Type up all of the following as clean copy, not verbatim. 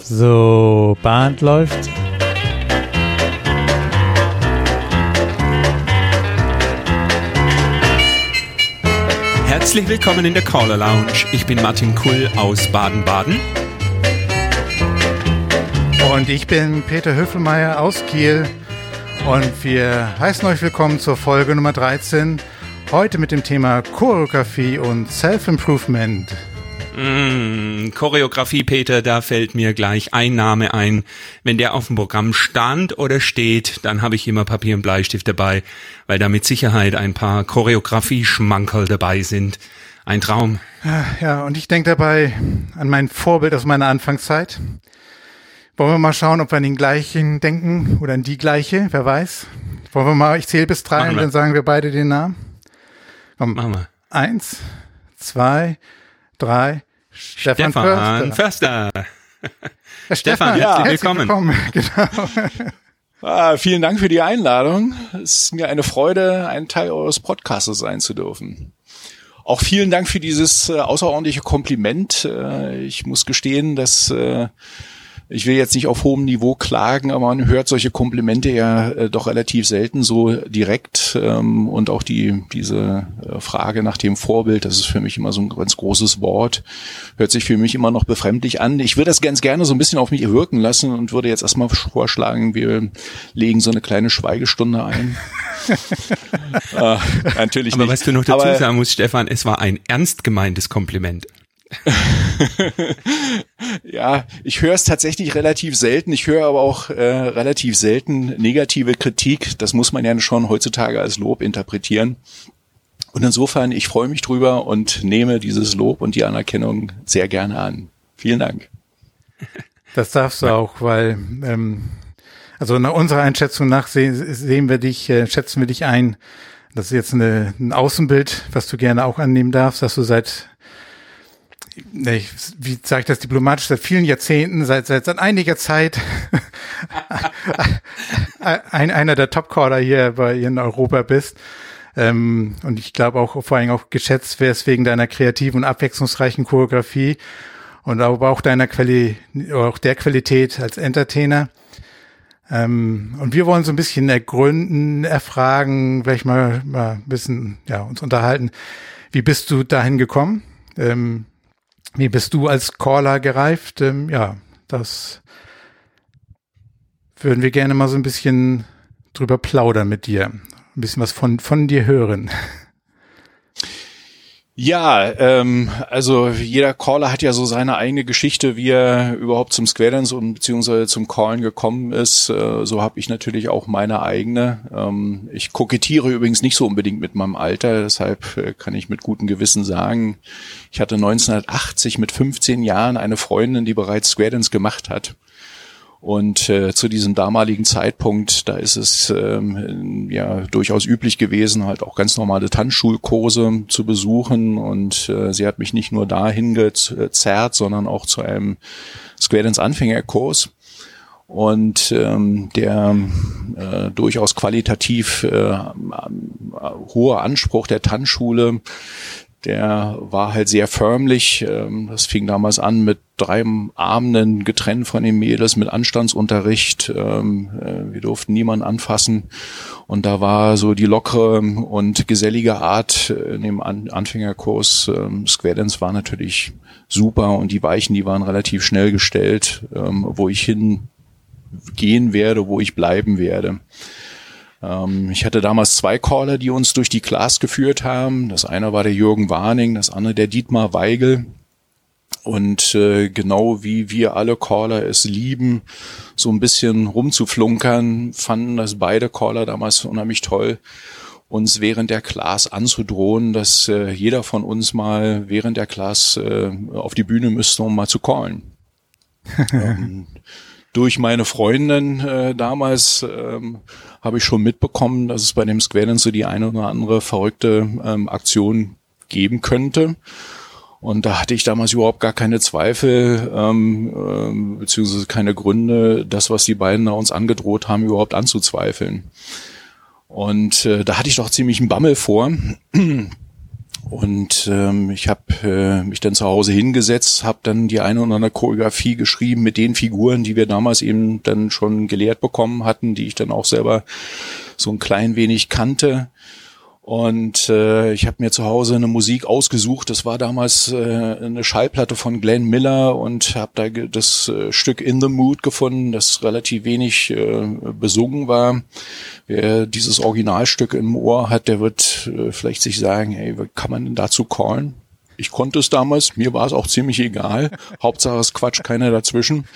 So, Band läuft. Herzlich willkommen in der Caller Lounge. Ich bin Martin Kull aus Baden-Baden. Und ich bin Peter Höfelmeier aus Kiel. Und wir heißen euch willkommen zur Folge Nummer 13. Heute mit dem Thema Choreografie und Self-Improvement. Choreografie, Peter, da fällt mir gleich ein Name ein. Wenn der auf dem Programm stand oder steht, dann habe ich immer Papier und Bleistift dabei, weil da mit Sicherheit ein paar Choreografie-Schmankerl dabei sind. Ein Traum. Ja, und ich denke dabei an mein Vorbild aus meiner Anfangszeit. Wollen wir mal schauen, ob wir an den gleichen denken oder an die gleiche, wer weiß. Wollen wir mal, ich zähle bis 3 und dann sagen wir beide den Namen. Komm, machen wir. 1, 2, 3, Stefan Förster. Stefan, ja, herzlich willkommen. Genau. Vielen Dank für die Einladung. Es ist mir eine Freude, ein Teil eures Podcasts sein zu dürfen. Auch vielen Dank für dieses außerordentliche Kompliment. Ich muss gestehen, dass ich will jetzt nicht auf hohem Niveau klagen, aber man hört solche Komplimente ja doch relativ selten so direkt. Und auch diese Frage nach dem Vorbild, das ist für mich immer so ein ganz großes Wort, hört sich für mich immer noch befremdlich an. Ich würde das ganz gerne so ein bisschen auf mich wirken lassen und würde jetzt erstmal vorschlagen, wir legen so eine kleine Schweigestunde ein. Natürlich aber nicht. Was du noch dazu sagen musst, Stefan, es war ein ernst gemeintes Kompliment. Ja, ich höre es tatsächlich relativ selten. Ich höre aber auch relativ selten negative Kritik. Das muss man ja schon heutzutage als Lob interpretieren. Und insofern, ich freue mich drüber und nehme dieses Lob und die Anerkennung sehr gerne an. Vielen Dank. Das darfst du auch, weil also nach unserer Einschätzung nach schätzen wir dich ein. Das ist jetzt ein Außenbild, was du gerne auch annehmen darfst, dass du wie sage ich das diplomatisch, seit vielen Jahrzehnten, seit einiger Zeit einer der Top-Caller hier in Europa bist. Und ich glaube auch vor allem auch geschätzt wirst wegen deiner kreativen und abwechslungsreichen Choreografie und aber auch der Qualität als Entertainer. Und wir wollen so ein bisschen erfragen, vielleicht mal ein bisschen uns unterhalten. Wie bist du dahin gekommen? Wie bist du als Caller gereift? Das würden wir gerne mal so ein bisschen drüber plaudern mit dir. Ein bisschen was von dir hören. Ja, also jeder Caller hat ja so seine eigene Geschichte, wie er überhaupt zum Square Dance und beziehungsweise zum Callen gekommen ist. So habe ich natürlich auch meine eigene. Ich kokettiere übrigens nicht so unbedingt mit meinem Alter, deshalb kann ich mit gutem Gewissen sagen, ich hatte 1980 mit 15 Jahren eine Freundin, die bereits Square Dance gemacht hat. Und zu diesem damaligen Zeitpunkt, da ist es durchaus üblich gewesen, halt auch ganz normale Tanzschulkurse zu besuchen. Und sie hat mich nicht nur dahin gezerrt, sondern auch zu einem Square Dance Anfängerkurs. Und der durchaus qualitativ hohe Anspruch der Tanzschule, der war halt sehr förmlich. Das fing damals an mit 3 Abenden getrennt von den Mädels mit Anstandsunterricht. Wir durften niemanden anfassen. Und da war so die lockere und gesellige Art in dem Anfängerkurs. Square Dance war natürlich super und die Weichen, die waren relativ schnell gestellt, wo ich hingehen werde, wo ich bleiben werde. Ich hatte damals 2 Caller, die uns durch die Class geführt haben. Das eine war der Jürgen Warning, das andere der Dietmar Weigel. Und genau wie wir alle Caller es lieben, so ein bisschen rumzuflunkern, fanden das beide Caller damals unheimlich toll, uns während der Class anzudrohen, dass jeder von uns mal während der Class auf die Bühne müsste, um mal zu callen. Durch meine Freundin damals habe ich schon mitbekommen, dass es bei dem Square Dance so die eine oder andere verrückte Aktion geben könnte. Und da hatte ich damals überhaupt gar keine Zweifel, beziehungsweise keine Gründe, das, was die beiden da uns angedroht haben, überhaupt anzuzweifeln. Und da hatte ich doch ziemlich einen Bammel vor. Und ich habe mich dann zu Hause hingesetzt, habe dann die eine oder andere Choreografie geschrieben mit den Figuren, die wir damals eben dann schon gelehrt bekommen hatten, die ich dann auch selber so ein klein wenig kannte. Und ich habe mir zu Hause eine Musik ausgesucht. Das war damals eine Schallplatte von Glenn Miller und habe da das Stück In the Mood gefunden, das relativ wenig besungen war. Wer dieses Originalstück im Ohr hat, der wird vielleicht sich sagen, hey, was kann man denn dazu callen? Ich konnte es damals, mir war es auch ziemlich egal. Hauptsache es quatscht keiner dazwischen.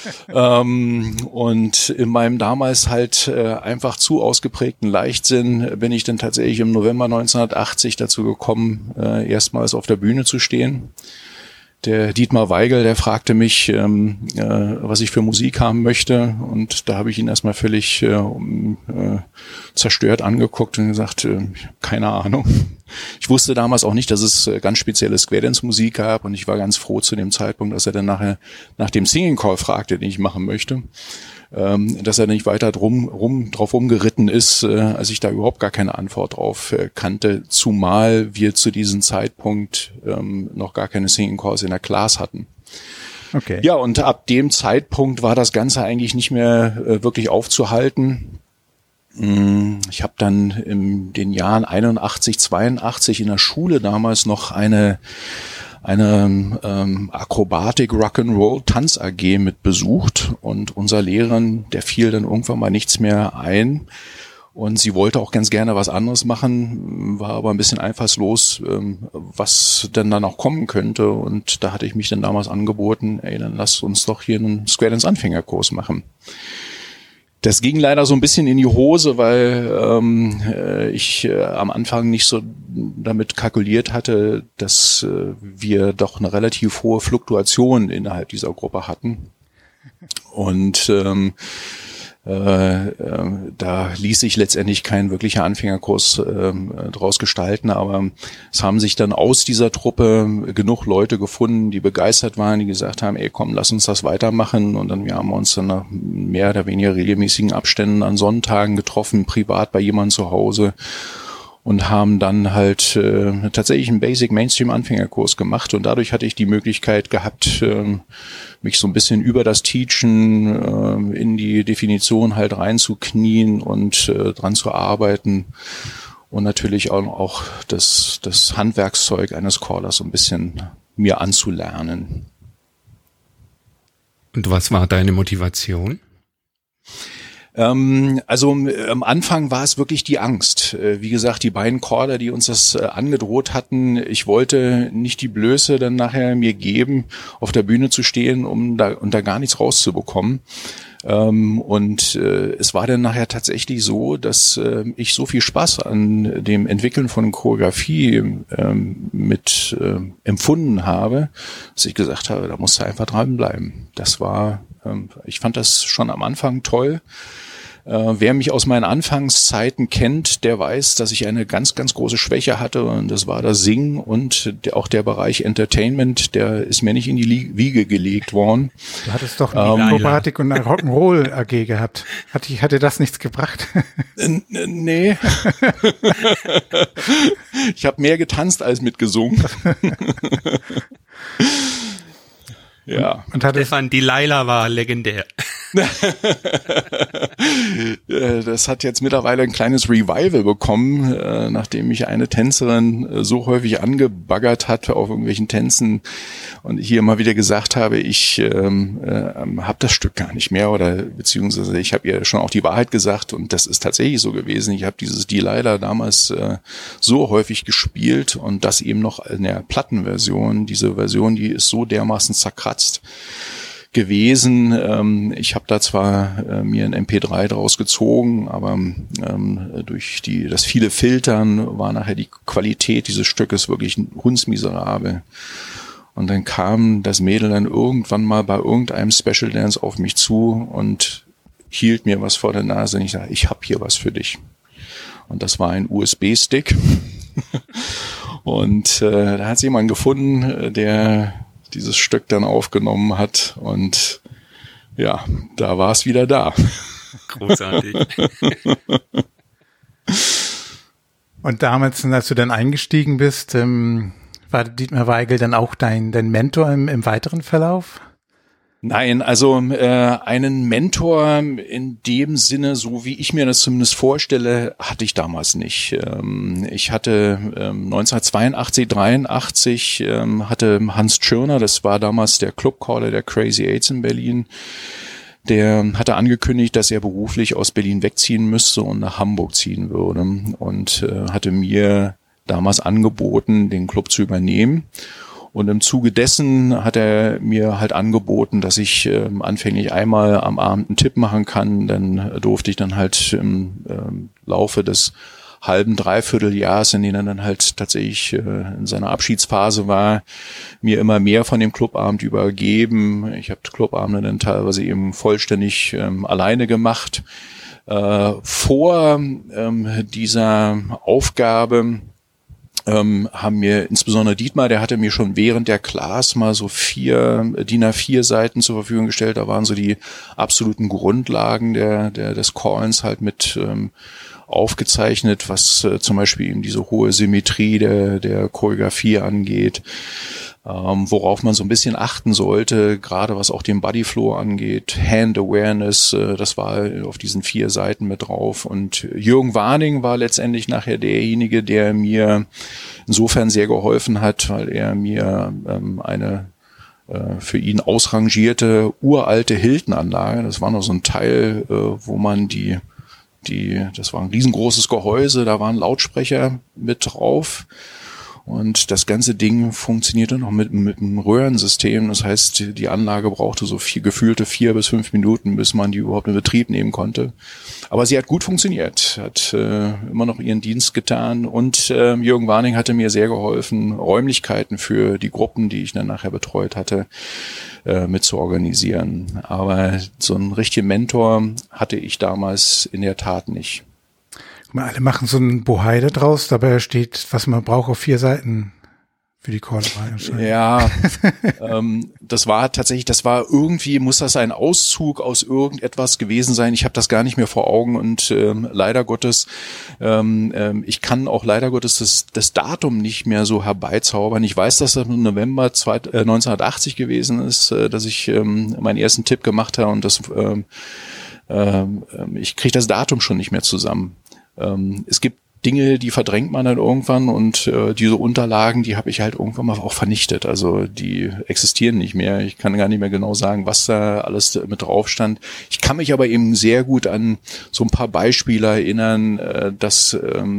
Und in meinem damals halt einfach zu ausgeprägten Leichtsinn bin ich dann tatsächlich im November 1980 dazu gekommen, erstmals auf der Bühne zu stehen. Der Dietmar Weigel, der fragte mich, was ich für Musik haben möchte. Und da habe ich ihn erstmal völlig zerstört angeguckt und gesagt, keine Ahnung. Ich wusste damals auch nicht, dass es ganz spezielle Square Dance Musik gab. Und ich war ganz froh zu dem Zeitpunkt, dass er dann nachher nach dem Singing Call fragte, den ich machen möchte. Dass er nicht weiter drauf rumgeritten ist, als ich da überhaupt gar keine Antwort drauf kannte, zumal wir zu diesem Zeitpunkt noch gar keine Singing Calls in der Class hatten. Okay. Ja, und ab dem Zeitpunkt war das Ganze eigentlich nicht mehr wirklich aufzuhalten. Ich habe dann in den Jahren 81, 82 in der Schule damals noch eine Akrobatik Rock'n'Roll Tanz AG mit besucht und unser Lehrerin, der fiel dann irgendwann mal nichts mehr ein und sie wollte auch ganz gerne was anderes machen, war aber ein bisschen einfallslos, was denn dann auch kommen könnte, und da hatte ich mich dann damals angeboten, ey, dann lass uns doch hier einen Square Dance Anfängerkurs machen. Das ging leider so ein bisschen in die Hose, weil ich am Anfang nicht so damit kalkuliert hatte, dass wir doch eine relativ hohe Fluktuation innerhalb dieser Gruppe hatten. Und da ließ sich letztendlich kein wirklicher Anfängerkurs draus gestalten, aber es haben sich dann aus dieser Truppe genug Leute gefunden, die begeistert waren, die gesagt haben, ey komm, lass uns das weitermachen, und dann wir haben uns dann nach mehr oder weniger regelmäßigen Abständen an Sonntagen getroffen, privat bei jemandem zu Hause, und haben dann halt tatsächlich einen Basic Mainstream Anfängerkurs gemacht, und dadurch hatte ich die Möglichkeit gehabt, mich so ein bisschen über das Teachen in die Definition halt reinzuknien und dran zu arbeiten und natürlich auch das Handwerkszeug eines Callers so ein bisschen mir anzulernen. Und was war deine Motivation? Also am Anfang war es wirklich die Angst. Wie gesagt, die beiden Caller, die uns das angedroht hatten, ich wollte nicht die Blöße dann nachher mir geben, auf der Bühne zu stehen, um da gar nichts rauszubekommen. Und es war dann nachher tatsächlich so, dass ich so viel Spaß an dem Entwickeln von Choreografie mit empfunden habe, dass ich gesagt habe, da musst du einfach dranbleiben. Das war, ich fand das schon am Anfang toll. Wer mich aus meinen Anfangszeiten kennt, der weiß, dass ich eine ganz, ganz große Schwäche hatte, und das war das Singen, und auch der Bereich Entertainment, der ist mir nicht in die Wiege gelegt worden. Du hattest doch eine Akrobatik und eine Rock'n'Roll AG gehabt. Hatte das nichts gebracht? Nee. Ich habe mehr getanzt als mitgesungen. Ja. Und Stefan, die Laila war legendär. Das hat jetzt mittlerweile ein kleines Revival bekommen, nachdem mich eine Tänzerin so häufig angebaggert hat auf irgendwelchen Tänzen und ich hier immer wieder gesagt habe, ich habe das Stück gar nicht mehr, oder beziehungsweise ich habe ihr schon auch die Wahrheit gesagt, und das ist tatsächlich so gewesen. Ich habe dieses Delilah damals so häufig gespielt, und das eben noch in der Plattenversion. Diese Version, die ist so dermaßen zerkratzt gewesen. Ich habe da zwar mir ein MP3 draus gezogen, aber durch das viele Filtern war nachher die Qualität dieses Stückes wirklich hundsmiserabel. Und dann kam das Mädel dann irgendwann mal bei irgendeinem Special Dance auf mich zu und hielt mir was vor der Nase, und ich sage, ich habe hier was für dich. Und das war ein USB-Stick. Und da hat es jemand gefunden, der dieses Stück dann aufgenommen hat, und ja, da war es wieder da. Großartig. Und damals, als du dann eingestiegen bist, war Dietmar Weigel dann auch dein Mentor im weiteren Verlauf? Nein, also einen Mentor in dem Sinne, so wie ich mir das zumindest vorstelle, hatte ich damals nicht. Ich hatte 1982, 83 hatte Hans Tschirner, das war damals der Clubcaller der Crazy Eights in Berlin, der hatte angekündigt, dass er beruflich aus Berlin wegziehen müsste und nach Hamburg ziehen würde und hatte mir damals angeboten, den Club zu übernehmen. Und im Zuge dessen hat er mir halt angeboten, dass ich anfänglich einmal am Abend einen Tipp machen kann. Dann durfte ich dann halt im Laufe des halben, dreiviertel Jahres, in dem er dann halt tatsächlich in seiner Abschiedsphase war, mir immer mehr von dem Clubabend übergeben. Ich habe Clubabende dann teilweise eben vollständig alleine gemacht. Vor dieser Aufgabe haben mir insbesondere Dietmar, der hatte mir schon während der Class mal so 4 DIN A4 Seiten zur Verfügung gestellt. Da waren so die absoluten Grundlagen des Callens halt mit aufgezeichnet, was zum Beispiel eben diese hohe Symmetrie der Choreografie angeht, worauf man so ein bisschen achten sollte, gerade was auch den Bodyflow angeht, Hand Awareness, das war auf diesen 4 Seiten mit drauf. Und Jürgen Warning war letztendlich nachher derjenige, der mir insofern sehr geholfen hat, weil er mir eine für ihn ausrangierte uralte Hilton-Anlage, das war noch so ein Teil, wo man das war ein riesengroßes Gehäuse, da waren Lautsprecher mit drauf. Und das ganze Ding funktionierte noch mit einem Röhrensystem. Das heißt, die Anlage brauchte so gefühlte 4 bis 5 Minuten, bis man die überhaupt in Betrieb nehmen konnte. Aber sie hat gut funktioniert, hat immer noch ihren Dienst getan. Und Jürgen Warning hatte mir sehr geholfen, Räumlichkeiten für die Gruppen, die ich dann nachher betreut hatte, mit zu organisieren. Aber so einen richtigen Mentor hatte ich damals in der Tat nicht. Alle machen so einen Bohai da draus, dabei steht, was man braucht auf 4 Seiten für die Callerei. Ja, das war irgendwie, muss das ein Auszug aus irgendetwas gewesen sein. Ich habe das gar nicht mehr vor Augen und leider Gottes, ich kann auch leider Gottes das Datum nicht mehr so herbeizaubern. Ich weiß, dass das im November 1980 gewesen ist, dass ich meinen ersten Tipp gemacht habe und ich kriege das Datum schon nicht mehr zusammen. Es gibt Dinge, die verdrängt man dann irgendwann und diese Unterlagen, die habe ich halt irgendwann mal auch vernichtet. Also die existieren nicht mehr. Ich kann gar nicht mehr genau sagen, was da alles mit drauf stand. Ich kann mich aber eben sehr gut an so ein paar Beispiele erinnern, dass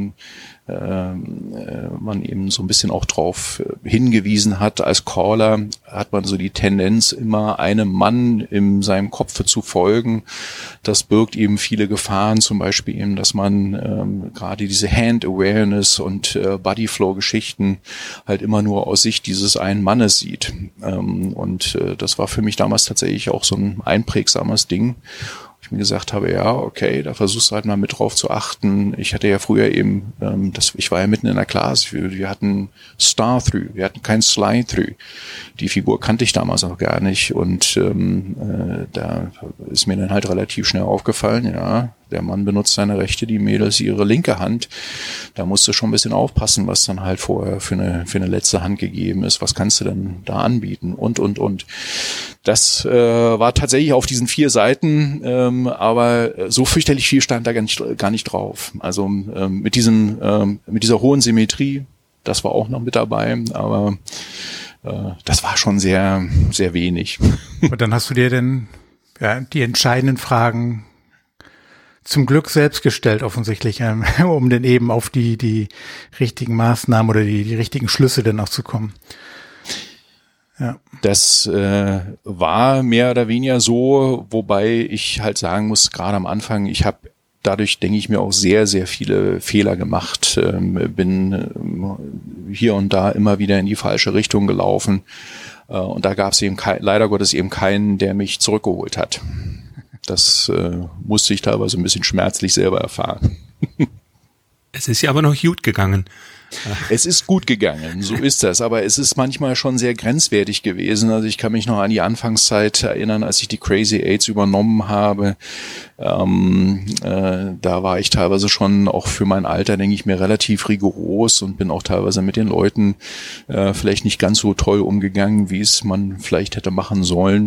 man eben so ein bisschen auch drauf hingewiesen hat. Als Caller hat man so die Tendenz, immer einem Mann in seinem Kopf zu folgen. Das birgt eben viele Gefahren, zum Beispiel eben, dass man gerade diese Hand Awareness und Bodyflow-Geschichten halt immer nur aus Sicht dieses einen Mannes sieht. Und das war für mich damals tatsächlich auch so ein einprägsames Ding. Ich mir gesagt habe, ja, okay, da versuchst du halt mal mit drauf zu achten. Ich hatte ja früher eben, ich war ja mitten in der Class, wir hatten Star-Through, wir hatten kein Slide-Through. Die Figur kannte ich damals noch gar nicht und da ist mir dann halt relativ schnell aufgefallen, ja, der Mann benutzt seine rechte, die Mädels ihre linke Hand. Da musst du schon ein bisschen aufpassen, was dann halt vorher für eine letzte Hand gegeben ist. Was kannst du denn da anbieten? Und. Das war tatsächlich auf diesen 4 Seiten, aber so fürchterlich viel stand da gar nicht drauf. Also mit dieser hohen Symmetrie, das war auch noch mit dabei, aber das war schon sehr, sehr wenig. Und dann hast du dir denn die entscheidenden Fragen zum Glück selbst gestellt, offensichtlich, um dann eben auf die richtigen Maßnahmen oder die richtigen Schlüsse dann auch zu kommen. Ja. Das war mehr oder weniger so, wobei ich halt sagen muss, gerade am Anfang, ich habe dadurch, denke ich mir, auch sehr, sehr viele Fehler gemacht, bin hier und da immer wieder in die falsche Richtung gelaufen und da gab es eben leider Gottes eben keinen, der mich zurückgeholt hat. Das musste ich teilweise ein bisschen schmerzlich selber erfahren. Es ist ja aber noch gut gegangen. Es ist gut gegangen, so ist das, aber es ist manchmal schon sehr grenzwertig gewesen. Also ich kann mich noch an die Anfangszeit erinnern, als ich die Crazy Eights übernommen habe. Da war ich teilweise schon auch für mein Alter, denke ich mir, relativ rigoros und bin auch teilweise mit den Leuten vielleicht nicht ganz so toll umgegangen, wie es man vielleicht hätte machen sollen.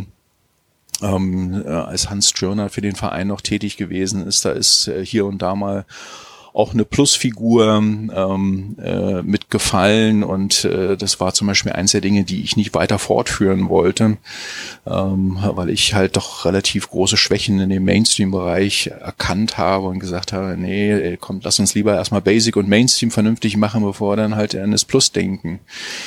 Als Hans Tschirner für den Verein noch tätig gewesen ist, da ist hier und da mal auch eine Plusfigur mitgefallen und das war zum Beispiel eins der Dinge, die ich nicht weiter fortführen wollte, weil ich halt doch relativ große Schwächen in dem Mainstream-Bereich erkannt habe und gesagt habe, nee, komm, lass uns lieber erstmal Basic und Mainstream vernünftig machen, bevor wir dann halt an das Plus denken.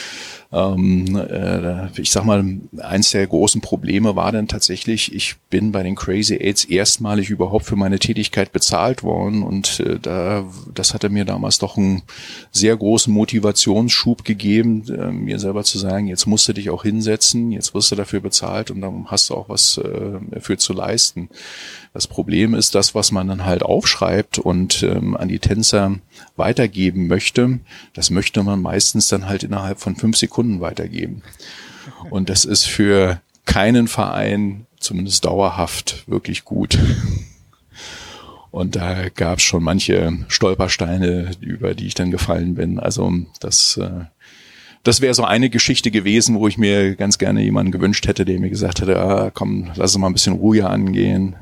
Ich sag mal, eins der großen Probleme war dann tatsächlich, ich bin bei den Crazy Eights erstmalig überhaupt für meine Tätigkeit bezahlt worden und das hatte mir damals doch einen sehr großen Motivationsschub gegeben, mir selber zu sagen, jetzt musst du dich auch hinsetzen, jetzt wirst du dafür bezahlt und dann hast du auch was dafür zu leisten. Das Problem ist, das, was man dann halt aufschreibt und an die Tänzer weitergeben möchte, das möchte man meistens dann halt innerhalb von 5 Sekunden weitergeben. Und das ist für keinen Verein, zumindest dauerhaft, wirklich gut. Und da gab es schon manche Stolpersteine, über die ich dann gefallen bin. Also das wäre so eine Geschichte gewesen, wo ich mir ganz gerne jemanden gewünscht hätte, der mir gesagt hätte, komm, lass es mal ein bisschen ruhiger angehen.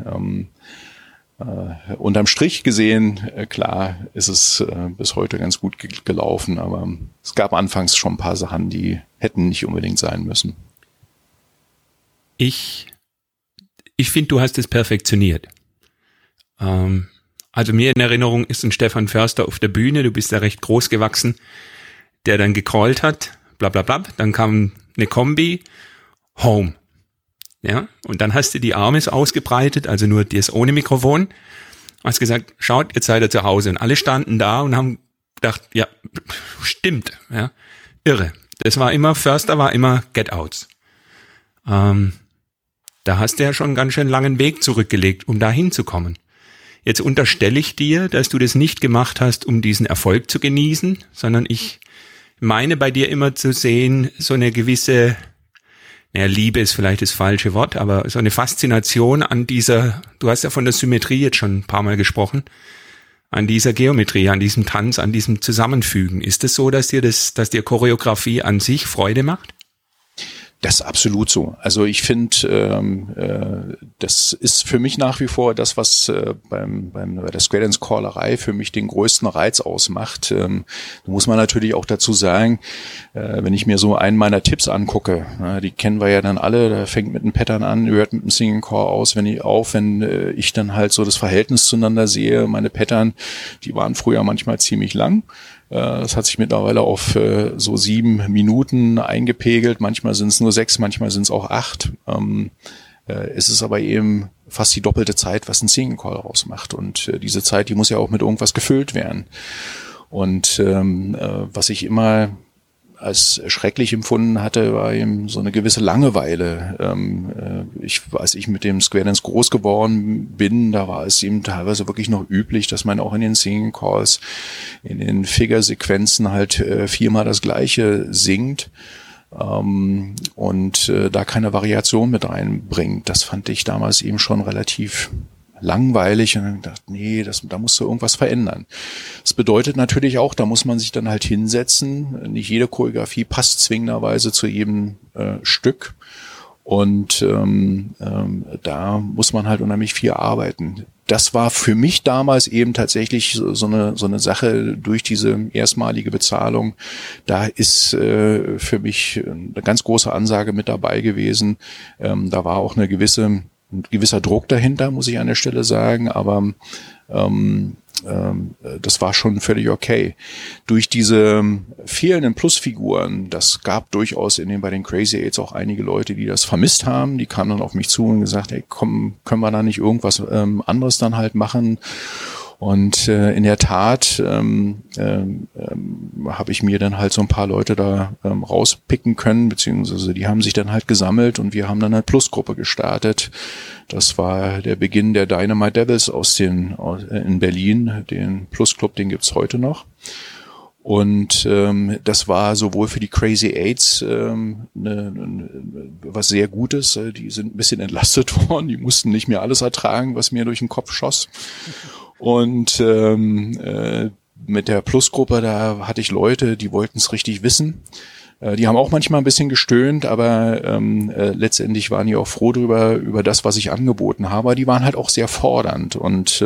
Unterm Strich gesehen, klar, ist es bis heute ganz gut gelaufen, aber es gab anfangs schon ein paar Sachen, die hätten nicht unbedingt sein müssen. Ich finde, du hast es perfektioniert. Also mir in Erinnerung ist ein Stefan Förster auf der Bühne, du bist ja recht groß gewachsen, der dann gecallt hat, bla bla bla, dann kam eine Kombi, Home. Ja, und dann hast du die Arme so ausgebreitet, also nur das ohne Mikrofon, hast gesagt, schaut, jetzt seid ihr zu Hause. Und alle standen da und haben gedacht, ja, stimmt, ja, irre. Förster war immer Get-Outs. Da hast du ja schon einen ganz schön langen Weg zurückgelegt, um da hinzukommen. Jetzt unterstelle ich dir, dass du das nicht gemacht hast, um diesen Erfolg zu genießen, sondern ich meine bei dir immer zu sehen, so eine gewisse, Liebe ist vielleicht das falsche Wort, aber so eine Faszination an dieser, du hast ja von der Symmetrie jetzt schon ein paar Mal gesprochen, an dieser Geometrie, an diesem Tanz, an diesem Zusammenfügen. Ist es so, dass dir Choreografie an sich Freude macht? Das ist absolut so. Also ich finde, das ist für mich nach wie vor das, was bei der Square Dance Callerei für mich den größten Reiz ausmacht. Da muss man natürlich auch dazu sagen, wenn ich mir so einen meiner Tipps angucke, die kennen wir ja dann alle, da fängt mit einem Pattern an, hört mit einem Singing Call aus, wenn ich dann halt so das Verhältnis zueinander sehe, meine Pattern, die waren früher manchmal ziemlich lang. Das hat sich mittlerweile auf so 7 Minuten eingepegelt. Manchmal sind es nur 6, manchmal sind es auch 8. Es ist aber eben fast die doppelte Zeit, was ein Singing Call ausmacht. Und diese Zeit, die muss ja auch mit irgendwas gefüllt werden. Und was ich immer als schrecklich empfunden hatte, war eben so eine gewisse Langeweile. Als ich mit dem Square Dance groß geworden bin, da war es eben teilweise wirklich noch üblich, dass man auch in den Singing Calls, in den Figure-Sequenzen halt 4-mal das Gleiche singt und da keine Variation mit reinbringt. Das fand ich damals eben schon relativ langweilig und dann dachte, nee, da musst du irgendwas verändern. Das bedeutet natürlich auch, da muss man sich dann halt hinsetzen. Nicht jede Choreografie passt zwingenderweise zu jedem Stück und da muss man halt unheimlich viel arbeiten. Das war für mich damals eben tatsächlich so eine Sache durch diese erstmalige Bezahlung. Da ist für mich eine ganz große Ansage mit dabei gewesen. Da war auch ein gewisser Druck dahinter, muss ich an der Stelle sagen, aber das war schon völlig okay. Durch diese fehlenden Plusfiguren, das gab durchaus bei den Crazy Eights auch einige Leute, die das vermisst haben, die kamen dann auf mich zu und gesagt, hey, komm, können wir da nicht irgendwas anderes dann halt machen? Und in der Tat habe ich mir dann halt so ein paar Leute da rauspicken können, beziehungsweise die haben sich dann halt gesammelt und wir haben dann eine Plusgruppe gestartet. Das war der Beginn der Dynamite Devils in Berlin. Den Plusclub, den gibt's heute noch. Und das war sowohl für die Crazy Eights was sehr Gutes. Die sind ein bisschen entlastet worden. Die mussten nicht mehr alles ertragen, was mir durch den Kopf schoss. Und mit der Plusgruppe, da hatte ich Leute, die wollten es richtig wissen. Die haben auch manchmal ein bisschen gestöhnt, aber letztendlich waren die auch froh über das, was ich angeboten habe. Die waren halt auch sehr fordernd und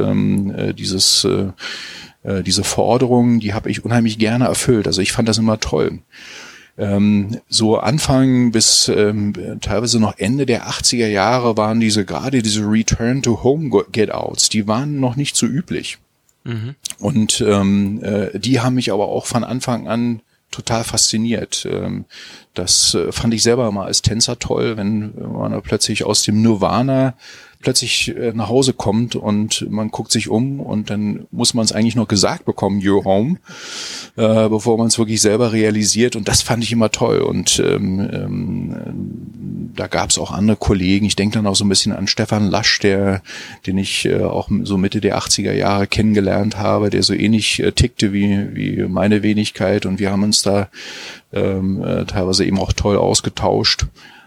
diese Forderungen, die habe ich unheimlich gerne erfüllt. Also ich fand das immer toll. So Anfang bis teilweise noch Ende der 80er Jahre waren gerade diese Return to Home Get-Outs, die waren noch nicht so üblich. Mhm. Und die haben mich aber auch von Anfang an total fasziniert. Das fand ich selber mal als Tänzer toll, wenn man plötzlich aus dem Nirvana plötzlich nach Hause kommt und man guckt sich um und dann muss man es eigentlich noch gesagt bekommen, you're home, bevor man es wirklich selber realisiert, und das fand ich immer toll. Und da gab es auch andere Kollegen, ich denke dann auch so ein bisschen an Stefan Lasch, den ich auch so Mitte der 80er Jahre kennengelernt habe, der so ähnlich tickte wie meine Wenigkeit, und wir haben uns da teilweise eben auch toll ausgetauscht.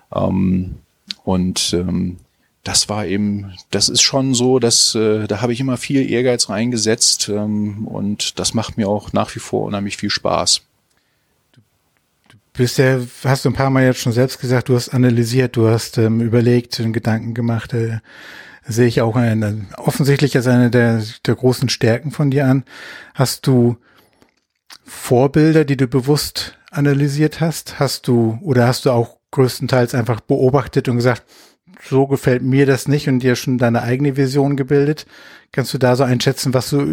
Das ist schon so, dass da habe ich immer viel Ehrgeiz reingesetzt, und das macht mir auch nach wie vor unheimlich viel Spaß. Hast du ein paar Mal jetzt schon selbst gesagt, du hast analysiert, du hast überlegt, Gedanken gemacht, sehe ich auch offensichtlich als eine der großen Stärken von dir an. Hast du Vorbilder, die du bewusst analysiert hast? Hast du auch größtenteils einfach beobachtet und gesagt, so gefällt mir das nicht, und dir schon deine eigene Vision gebildet? Kannst du da so einschätzen, was so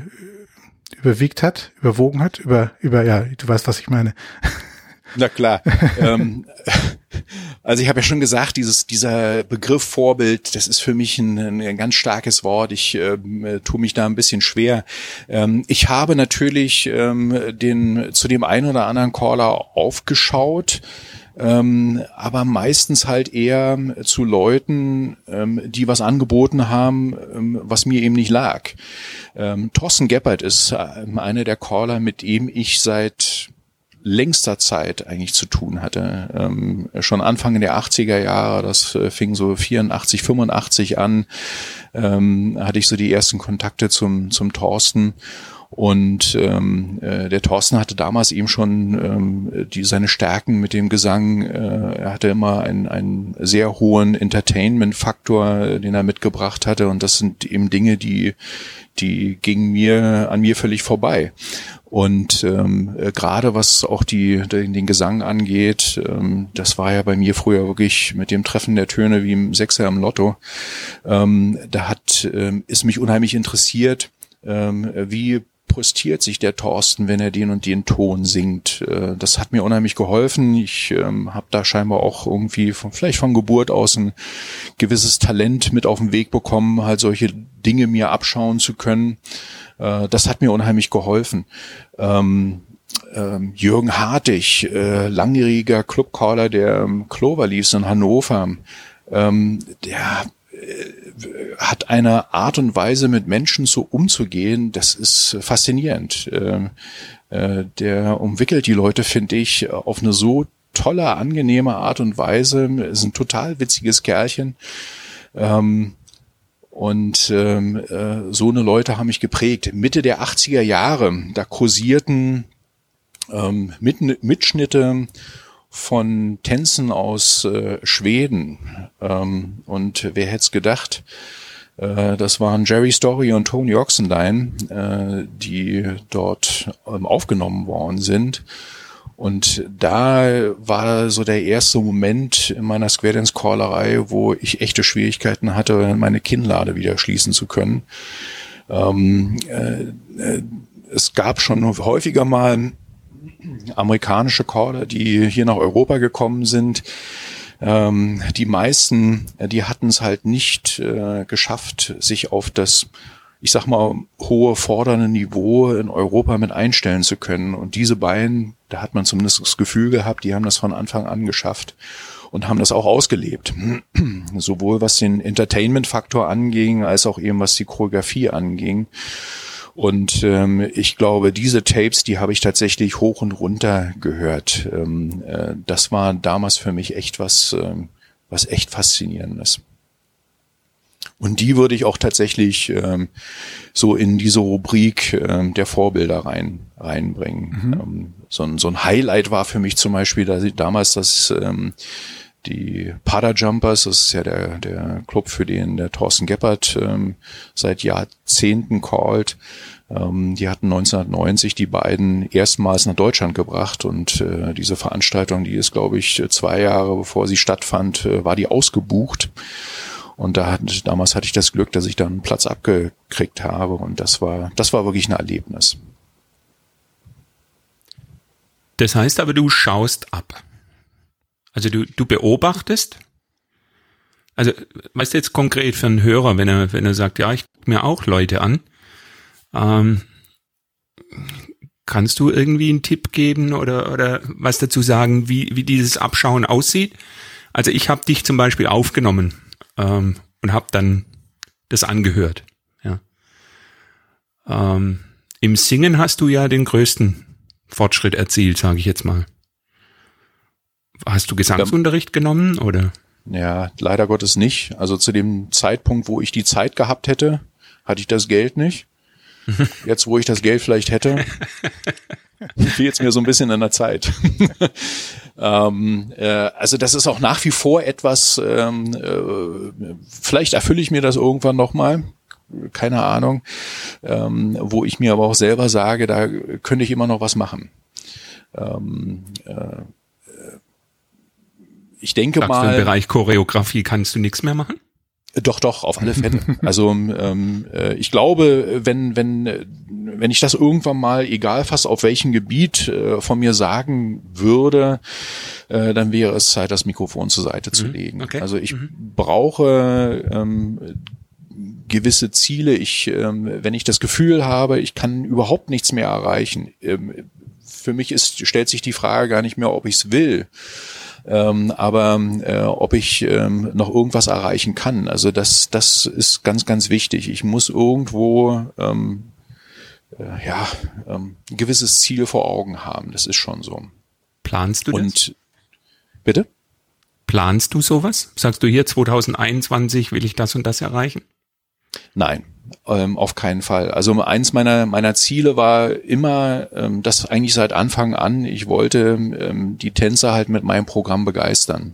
überwogen hat? Ja, du weißt, was ich meine. Na klar. Also ich habe ja schon gesagt, dieser Begriff Vorbild, das ist für mich ein ganz starkes Wort. Ich tue mich da ein bisschen schwer. Ich habe natürlich zu dem einen oder anderen Caller aufgeschaut, aber meistens halt eher zu Leuten, die was angeboten haben, was mir eben nicht lag. Thorsten Geppert ist einer der Caller, mit dem ich seit längster Zeit eigentlich zu tun hatte. Schon Anfang der 80er Jahre, das fing so 84, 85 an, hatte ich so die ersten Kontakte zum Thorsten. Und der Thorsten hatte damals eben schon seine Stärken mit dem Gesang. Er hatte immer einen sehr hohen Entertainment-Faktor, den er mitgebracht hatte. Und das sind eben Dinge, die gingen an mir völlig vorbei. Und gerade was auch den Gesang angeht, das war ja bei mir früher wirklich mit dem Treffen der Töne wie im Sechser im Lotto. Ist mich unheimlich interessiert, wie postiert sich der Thorsten, wenn er den und den Ton singt. Das hat mir unheimlich geholfen. Ich habe da scheinbar auch irgendwie vielleicht von Geburt aus ein gewisses Talent mit auf den Weg bekommen, halt solche Dinge mir abschauen zu können. Das hat mir unheimlich geholfen. Jürgen Hartig, langjähriger Clubcaller der Cloverleafs in Hannover, der hat eine Art und Weise, mit Menschen so umzugehen, das ist faszinierend. Der umwickelt die Leute, finde ich, auf eine so tolle, angenehme Art und Weise. Ist ein total witziges Kerlchen. So eine Leute haben mich geprägt. Mitte der 80er Jahre, da kursierten Mitschnitte von Tänzen aus Schweden. Und wer hätte es gedacht, das waren Jerry Story und Tony Oxendine, die dort aufgenommen worden sind. Und da war so der erste Moment in meiner Square Dance Callerei, wo ich echte Schwierigkeiten hatte, meine Kinnlade wieder schließen zu können. Es gab schon häufiger mal amerikanische Caller, die hier nach Europa gekommen sind. Die meisten, die hatten es halt nicht geschafft, sich auf das, ich sag mal, hohe fordernde Niveau in Europa mit einstellen zu können. Und diese beiden, da hat man zumindest das Gefühl gehabt, die haben das von Anfang an geschafft und haben das auch ausgelebt. Sowohl was den Entertainment-Faktor anging, als auch eben was die Choreografie anging. Und ich glaube, diese Tapes, die habe ich tatsächlich hoch und runter gehört. Das war damals für mich echt was echt Faszinierendes. Und die würde ich auch tatsächlich so in diese Rubrik der Vorbilder reinbringen. So ein Highlight war für mich zum Beispiel damals die Parajumpers, das ist ja der Club, für den der Thorsten Geppert seit Jahrzehnten callt. Die hatten 1990 die beiden erstmals nach Deutschland gebracht und diese Veranstaltung, die ist, glaube ich, 2 Jahre bevor sie stattfand, war die ausgebucht. Und damals hatte ich das Glück, dass ich da einen Platz abgekriegt habe, und das war wirklich ein Erlebnis. Das heißt aber, du schaust ab. Also du beobachtest. Also, weißt du, jetzt konkret für einen Hörer, wenn er sagt, ja, ich gucke mir auch Leute an, kannst du irgendwie einen Tipp geben oder was dazu sagen, wie dieses Abschauen aussieht? Also ich habe dich zum Beispiel aufgenommen und habe dann das angehört. Ja. Im Singen hast du ja den größten Fortschritt erzielt, sage ich jetzt mal. Hast du Gesangsunterricht genommen, oder? Ja, leider Gottes nicht. Also zu dem Zeitpunkt, wo ich die Zeit gehabt hätte, hatte ich das Geld nicht. Jetzt, wo ich das Geld vielleicht hätte, fehlt es mir so ein bisschen an der Zeit. Also das ist auch nach wie vor etwas, vielleicht erfülle ich mir das irgendwann nochmal, keine Ahnung, wo ich mir aber auch selber sage, da könnte ich immer noch was machen. Ich denke mal. Im Bereich Choreografie kannst du nichts mehr machen? Doch, auf alle Fälle. Also ich glaube, wenn ich das irgendwann mal, egal fast auf welchem Gebiet, von mir sagen würde, dann wäre es Zeit, das Mikrofon zur Seite zu legen. Okay. Also ich brauche gewisse Ziele. Wenn ich das Gefühl habe, ich kann überhaupt nichts mehr erreichen, für mich stellt sich die Frage gar nicht mehr, ob ich es will. Aber ob ich noch irgendwas erreichen kann. Also das ist ganz, ganz wichtig. Ich muss irgendwo ein gewisses Ziel vor Augen haben. Das ist schon so. Planst du das? Und bitte? Planst du sowas? Sagst du hier 2021 will ich das und das erreichen? Nein, auf keinen Fall. Also eins meiner Ziele war immer, das eigentlich seit Anfang an, ich wollte die Tänzer halt mit meinem Programm begeistern.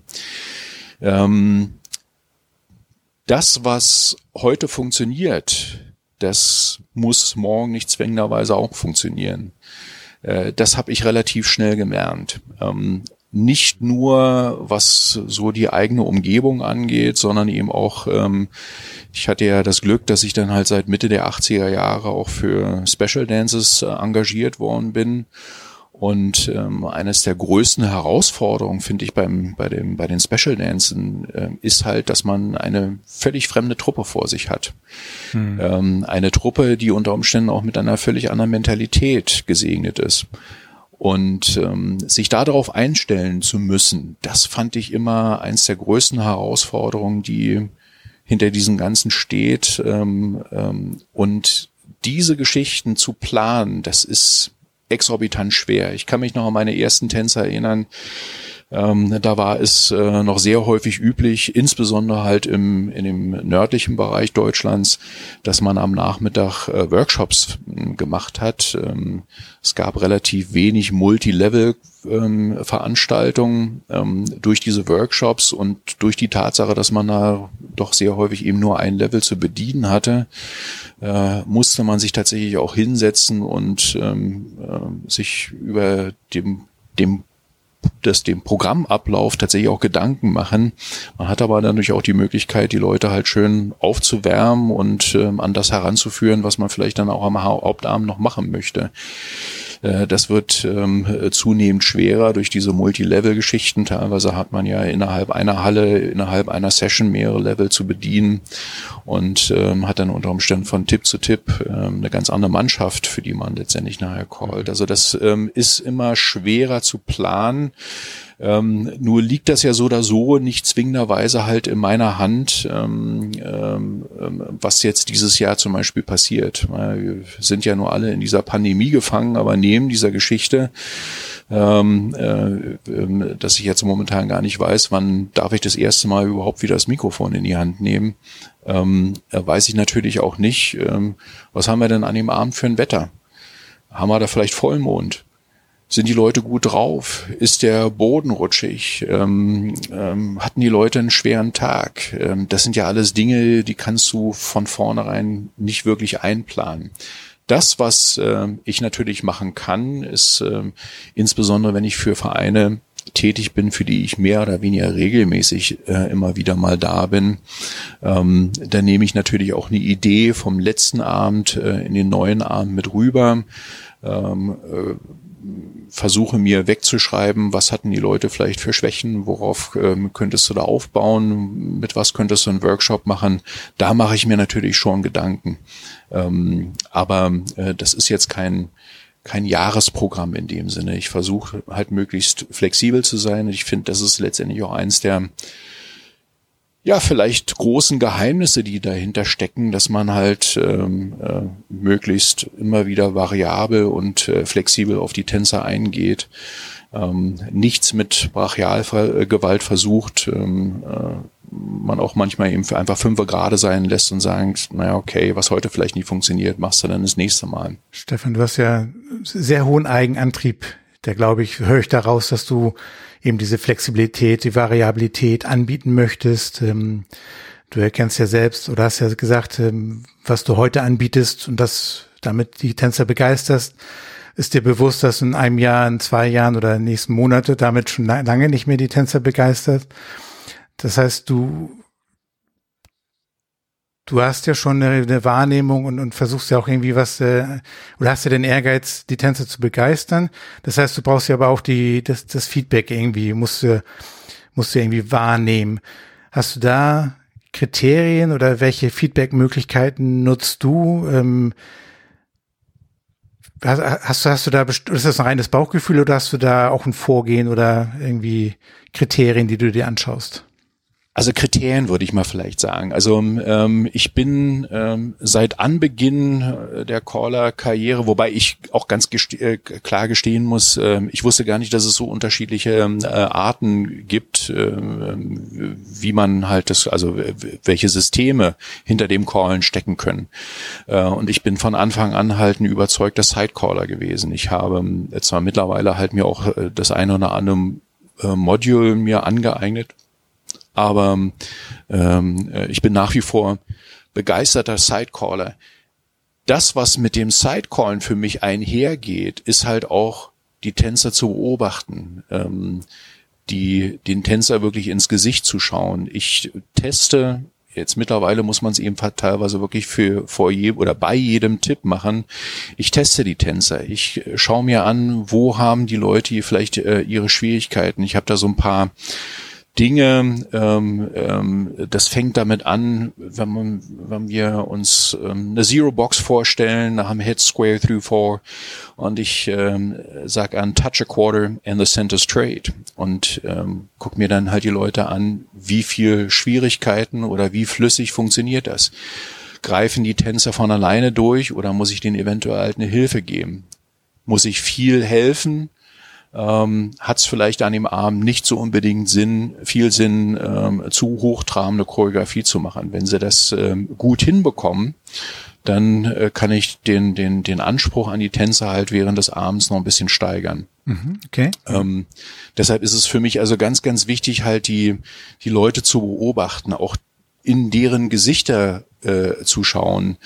Das, was heute funktioniert, das muss morgen nicht zwingenderweise auch funktionieren. Das habe ich relativ schnell gelernt. Nicht nur, was so die eigene Umgebung angeht, sondern eben auch, ich hatte ja das Glück, dass ich dann halt seit Mitte der 80er Jahre auch für Special Dances engagiert worden bin. Und eines der größten Herausforderungen, finde ich, bei den Special Dances ist halt, dass man eine völlig fremde Truppe vor sich hat. Eine Truppe, die unter Umständen auch mit einer völlig anderen Mentalität gesegnet ist. Und sich darauf einstellen zu müssen, das fand ich immer eins der größten Herausforderungen, die hinter diesem Ganzen steht. Und diese Geschichten zu planen, das ist exorbitant schwer. Ich kann mich noch an meine ersten Tänze erinnern. Da war es noch sehr häufig üblich, insbesondere halt in dem nördlichen Bereich Deutschlands, dass man am Nachmittag Workshops gemacht hat. Es gab relativ wenig Multilevel-Veranstaltungen. Durch diese Workshops und durch die Tatsache, dass man da doch sehr häufig eben nur ein Level zu bedienen hatte, musste man sich tatsächlich auch hinsetzen und sich über dem Programmablauf tatsächlich auch Gedanken machen. Man hat aber natürlich auch die Möglichkeit, die Leute halt schön aufzuwärmen und an das heranzuführen, was man vielleicht dann auch am Hauptabend noch machen möchte. Das wird zunehmend schwerer durch diese Multilevel-Geschichten. Teilweise hat man ja innerhalb einer Halle, innerhalb einer Session mehrere Level zu bedienen und hat dann unter Umständen von Tipp zu Tipp eine ganz andere Mannschaft, für die man letztendlich nachher callt. Also das ist immer schwerer zu planen. Nur liegt das ja so oder so nicht zwingenderweise halt in meiner Hand, was jetzt dieses Jahr zum Beispiel passiert. Wir sind ja nur alle in dieser Pandemie gefangen, aber neben dieser Geschichte, dass ich jetzt momentan gar nicht weiß, wann darf ich das erste Mal überhaupt wieder das Mikrofon in die Hand nehmen, weiß ich natürlich auch nicht, was haben wir denn an dem Abend für ein Wetter? Haben wir da vielleicht Vollmond? Sind die Leute gut drauf? Ist der Boden rutschig? Hatten die Leute einen schweren Tag? Das sind ja alles Dinge, die kannst du von vornherein nicht wirklich einplanen. Das, was ich natürlich machen kann, ist insbesondere, wenn ich für Vereine tätig bin, für die ich mehr oder weniger regelmäßig immer wieder mal da bin, dann nehme ich natürlich auch eine Idee vom letzten Abend in den neuen Abend mit rüber, versuche mir wegzuschreiben, was hatten die Leute vielleicht für Schwächen, worauf könntest du da aufbauen, mit was könntest du einen Workshop machen. Da mache ich mir natürlich schon Gedanken. Aber das ist jetzt kein Jahresprogramm in dem Sinne. Ich versuche halt möglichst flexibel zu sein. Ich finde, das ist letztendlich auch eins der vielleicht großen Geheimnisse, die dahinter stecken, dass man halt möglichst immer wieder variabel und flexibel auf die Tänzer eingeht. Nichts mit Brachialgewalt versucht, man auch manchmal eben einfach 5 gerade sein lässt und sagt, naja, okay, was heute vielleicht nicht funktioniert, machst du dann das nächste Mal. Stefan, du hast ja sehr hohen Eigenantrieb. Da glaube ich, höre ich daraus, dass du eben diese Flexibilität, die Variabilität anbieten möchtest. Du erkennst ja selbst oder hast ja gesagt, was du heute anbietest und das damit die Tänzer begeisterst. Ist dir bewusst, dass in einem Jahr, in 2 Jahren oder in den nächsten Monate damit schon lange nicht mehr die Tänzer begeistert? Das heißt, du hast ja schon eine Wahrnehmung und versuchst ja auch irgendwie was, oder hast ja den Ehrgeiz, die Tänzer zu begeistern. Das heißt, du brauchst ja aber auch das Feedback irgendwie, musst du irgendwie wahrnehmen. Hast du da Kriterien oder welche Feedback-Möglichkeiten nutzt du? Hast du da, ist das ein reines Bauchgefühl oder hast du da auch ein Vorgehen oder irgendwie Kriterien, die du dir anschaust? Also Kriterien würde ich mal vielleicht sagen. Also ich bin seit Anbeginn der Caller-Karriere, wobei ich auch ganz klar gestehen muss, ich wusste gar nicht, dass es so unterschiedliche Arten gibt, wie man halt welche Systeme hinter dem Callen stecken können. Und ich bin von Anfang an halt ein überzeugter Sidecaller gewesen. Ich habe zwar mittlerweile halt mir auch das eine oder andere Module mir angeeignet, aber ich bin nach wie vor begeisterter Sidecaller. Das, was mit dem Sidecallen für mich einhergeht, ist halt auch die Tänzer zu beobachten, den Tänzer wirklich ins Gesicht zu schauen. Ich teste, jetzt mittlerweile muss man es eben teilweise wirklich bei jedem Tipp machen. Ich teste die Tänzer. Ich schaue mir an, wo haben die Leute vielleicht ihre Schwierigkeiten. Ich habe da so ein paar Dinge, das fängt damit an, wenn wir uns eine Zero-Box vorstellen, nach dem Head Square Through 4 und ich sag an Touch a Quarter and the Center Straight und guck mir dann halt die Leute an, wie viel Schwierigkeiten oder wie flüssig funktioniert das. Greifen die Tänzer von alleine durch oder muss ich denen eventuell halt eine Hilfe geben? Muss ich viel helfen? Hat es vielleicht an dem Abend nicht so unbedingt viel Sinn, zu hochtrabende Choreografie zu machen. Wenn sie das gut hinbekommen, dann kann ich den Anspruch an die Tänzer halt während des Abends noch ein bisschen steigern. Okay. Deshalb ist es für mich also ganz, ganz wichtig, halt die Leute zu beobachten, auch in deren Gesichter zu schauen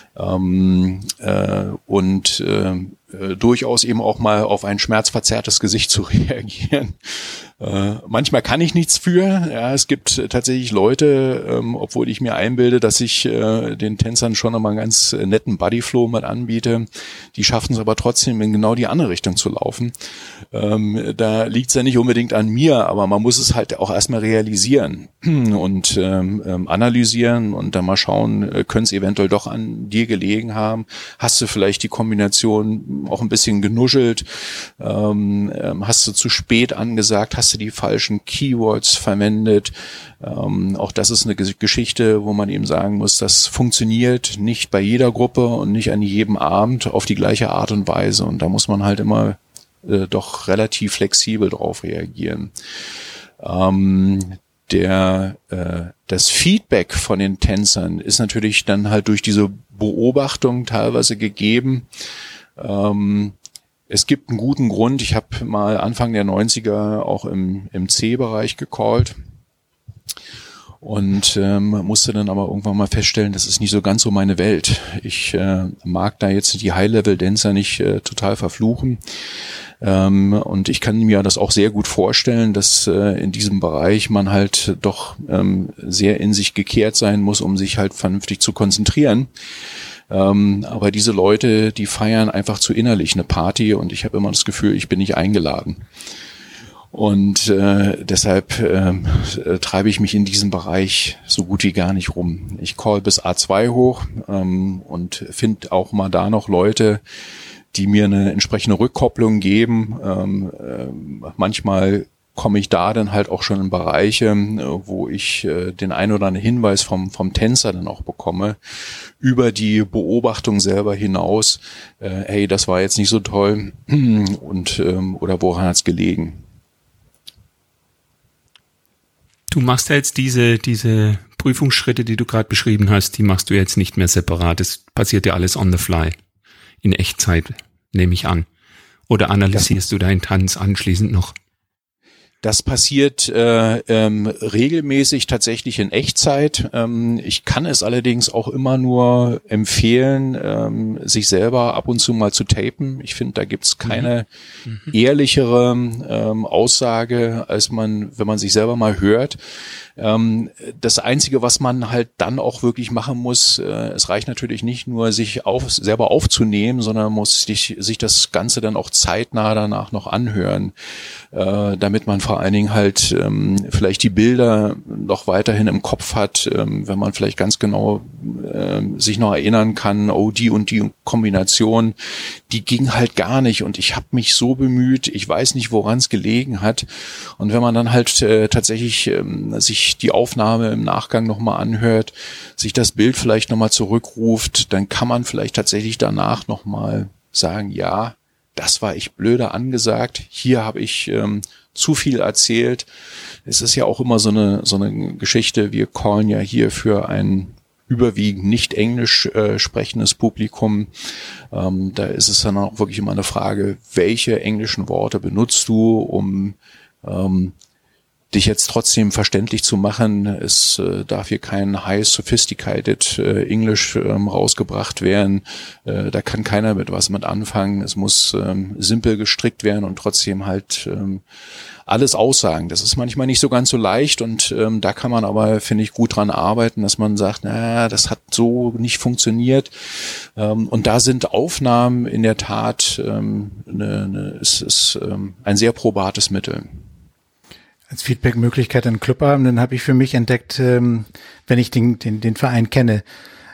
und durchaus eben auch mal auf ein schmerzverzerrtes Gesicht zu reagieren. Manchmal kann ich nichts für. Ja, es gibt tatsächlich Leute, obwohl ich mir einbilde, dass ich den Tänzern schon einmal einen ganz netten Bodyflow mal anbiete. Die schaffen es aber trotzdem in genau die andere Richtung zu laufen. Da liegt es ja nicht unbedingt an mir, aber man muss es halt auch erstmal realisieren und analysieren und dann mal schauen, könnte es eventuell doch an dir gelegen haben. Hast du vielleicht die Kombination auch ein bisschen genuschelt? Hast du zu spät angesagt? Hast hast du die falschen Keywords verwendet. Auch das ist eine Geschichte, wo man eben sagen muss, das funktioniert nicht bei jeder Gruppe und nicht an jedem Abend auf die gleiche Art und Weise. Und da muss man halt immer doch relativ flexibel drauf reagieren. Das Feedback von den Tänzern ist natürlich dann halt durch diese Beobachtung teilweise gegeben. Es gibt einen guten Grund. Ich habe mal Anfang der 90er auch im C-Bereich gecallt und musste dann aber irgendwann mal feststellen, das ist nicht so ganz so meine Welt. Ich mag da jetzt die High-Level-Dancer nicht total verfluchen. Und ich kann mir das auch sehr gut vorstellen, dass in diesem Bereich man halt doch sehr in sich gekehrt sein muss, um sich halt vernünftig zu konzentrieren. Aber diese Leute, die feiern einfach zu innerlich eine Party und ich habe immer das Gefühl, ich bin nicht eingeladen. Und deshalb treibe ich mich in diesem Bereich so gut wie gar nicht rum. Ich call bis A2 hoch und finde auch mal da noch Leute, die mir eine entsprechende Rückkopplung geben. Manchmal komme ich da dann halt auch schon in Bereiche, wo ich den ein oder anderen Hinweis vom Tänzer dann auch bekomme, über die Beobachtung selber hinaus, hey, das war jetzt nicht so toll und oder woran hat's gelegen? Du machst ja jetzt diese Prüfungsschritte, die du gerade beschrieben hast, die machst du jetzt nicht mehr separat. Das passiert ja alles on the fly. In Echtzeit, nehme ich an. Oder analysierst du deinen Tanz anschließend noch? Das passiert regelmäßig tatsächlich in Echtzeit. Ich kann es allerdings auch immer nur empfehlen, sich selber ab und zu mal zu tapen. Ich finde, da gibt's keine ehrlichere Aussage, als wenn man sich selber mal hört. Das Einzige, was man halt dann auch wirklich machen muss, es reicht natürlich nicht nur, sich selber aufzunehmen, sondern man muss sich das Ganze dann auch zeitnah danach noch anhören, damit man vor allen Dingen halt vielleicht die Bilder noch weiterhin im Kopf hat, wenn man vielleicht ganz genau sich noch erinnern kann, oh, die und die Kombination, die ging halt gar nicht und ich habe mich so bemüht, ich weiß nicht, woran es gelegen hat. Und wenn man dann halt tatsächlich sich die Aufnahme im Nachgang nochmal anhört, sich das Bild vielleicht nochmal zurückruft, dann kann man vielleicht tatsächlich danach nochmal sagen, ja, das war echt blöde angesagt, hier habe ich zu viel erzählt. Es ist ja auch immer so eine Geschichte, wir callen ja hier für ein überwiegend nicht englisch sprechendes Publikum. Da ist es dann auch wirklich immer eine Frage, welche englischen Worte benutzt du, um dich jetzt trotzdem verständlich zu machen. Es darf hier kein high sophisticated English rausgebracht werden. Da kann keiner mit anfangen. Es muss simpel gestrickt werden und trotzdem halt alles aussagen. Das ist manchmal nicht so ganz so leicht und da kann man aber, finde ich, gut dran arbeiten, dass man sagt, na, das hat so nicht funktioniert. Und da sind Aufnahmen in der Tat ist ein sehr probates Mittel. Als Feedback-Möglichkeit an Clubabenden habe ich für mich entdeckt, wenn ich den Verein kenne,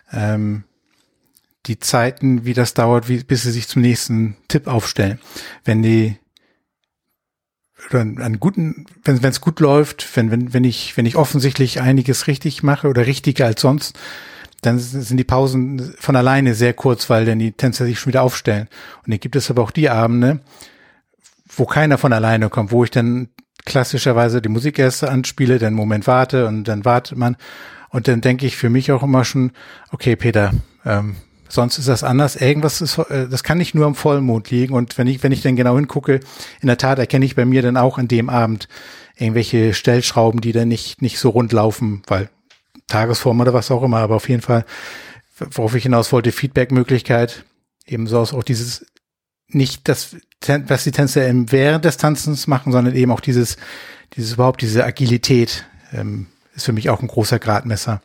die Zeiten, wie das dauert, bis sie sich zum nächsten Tipp aufstellen. Wenn es gut läuft, wenn ich offensichtlich einiges richtig mache oder richtiger als sonst, dann sind die Pausen von alleine sehr kurz, weil dann die Tänzer sich schon wieder aufstellen. Und dann gibt es aber auch die Abende, wo keiner von alleine kommt, wo ich dann klassischerweise die Musik erst anspiele, dann einen Moment warte und dann wartet man. Und dann denke ich für mich auch immer schon, okay, Peter, sonst ist das anders. Irgendwas ist, das kann nicht nur am Vollmond liegen. Und wenn ich dann genau hingucke, in der Tat erkenne ich bei mir dann auch an dem Abend irgendwelche Stellschrauben, die dann nicht so rund laufen, weil Tagesform oder was auch immer. Aber auf jeden Fall, worauf ich hinaus wollte, Feedback-Möglichkeit, ebenso auch dieses, nicht das, was die Tänzer während des Tanzens machen, sondern eben auch diese Agilität ist für mich auch ein großer Gradmesser.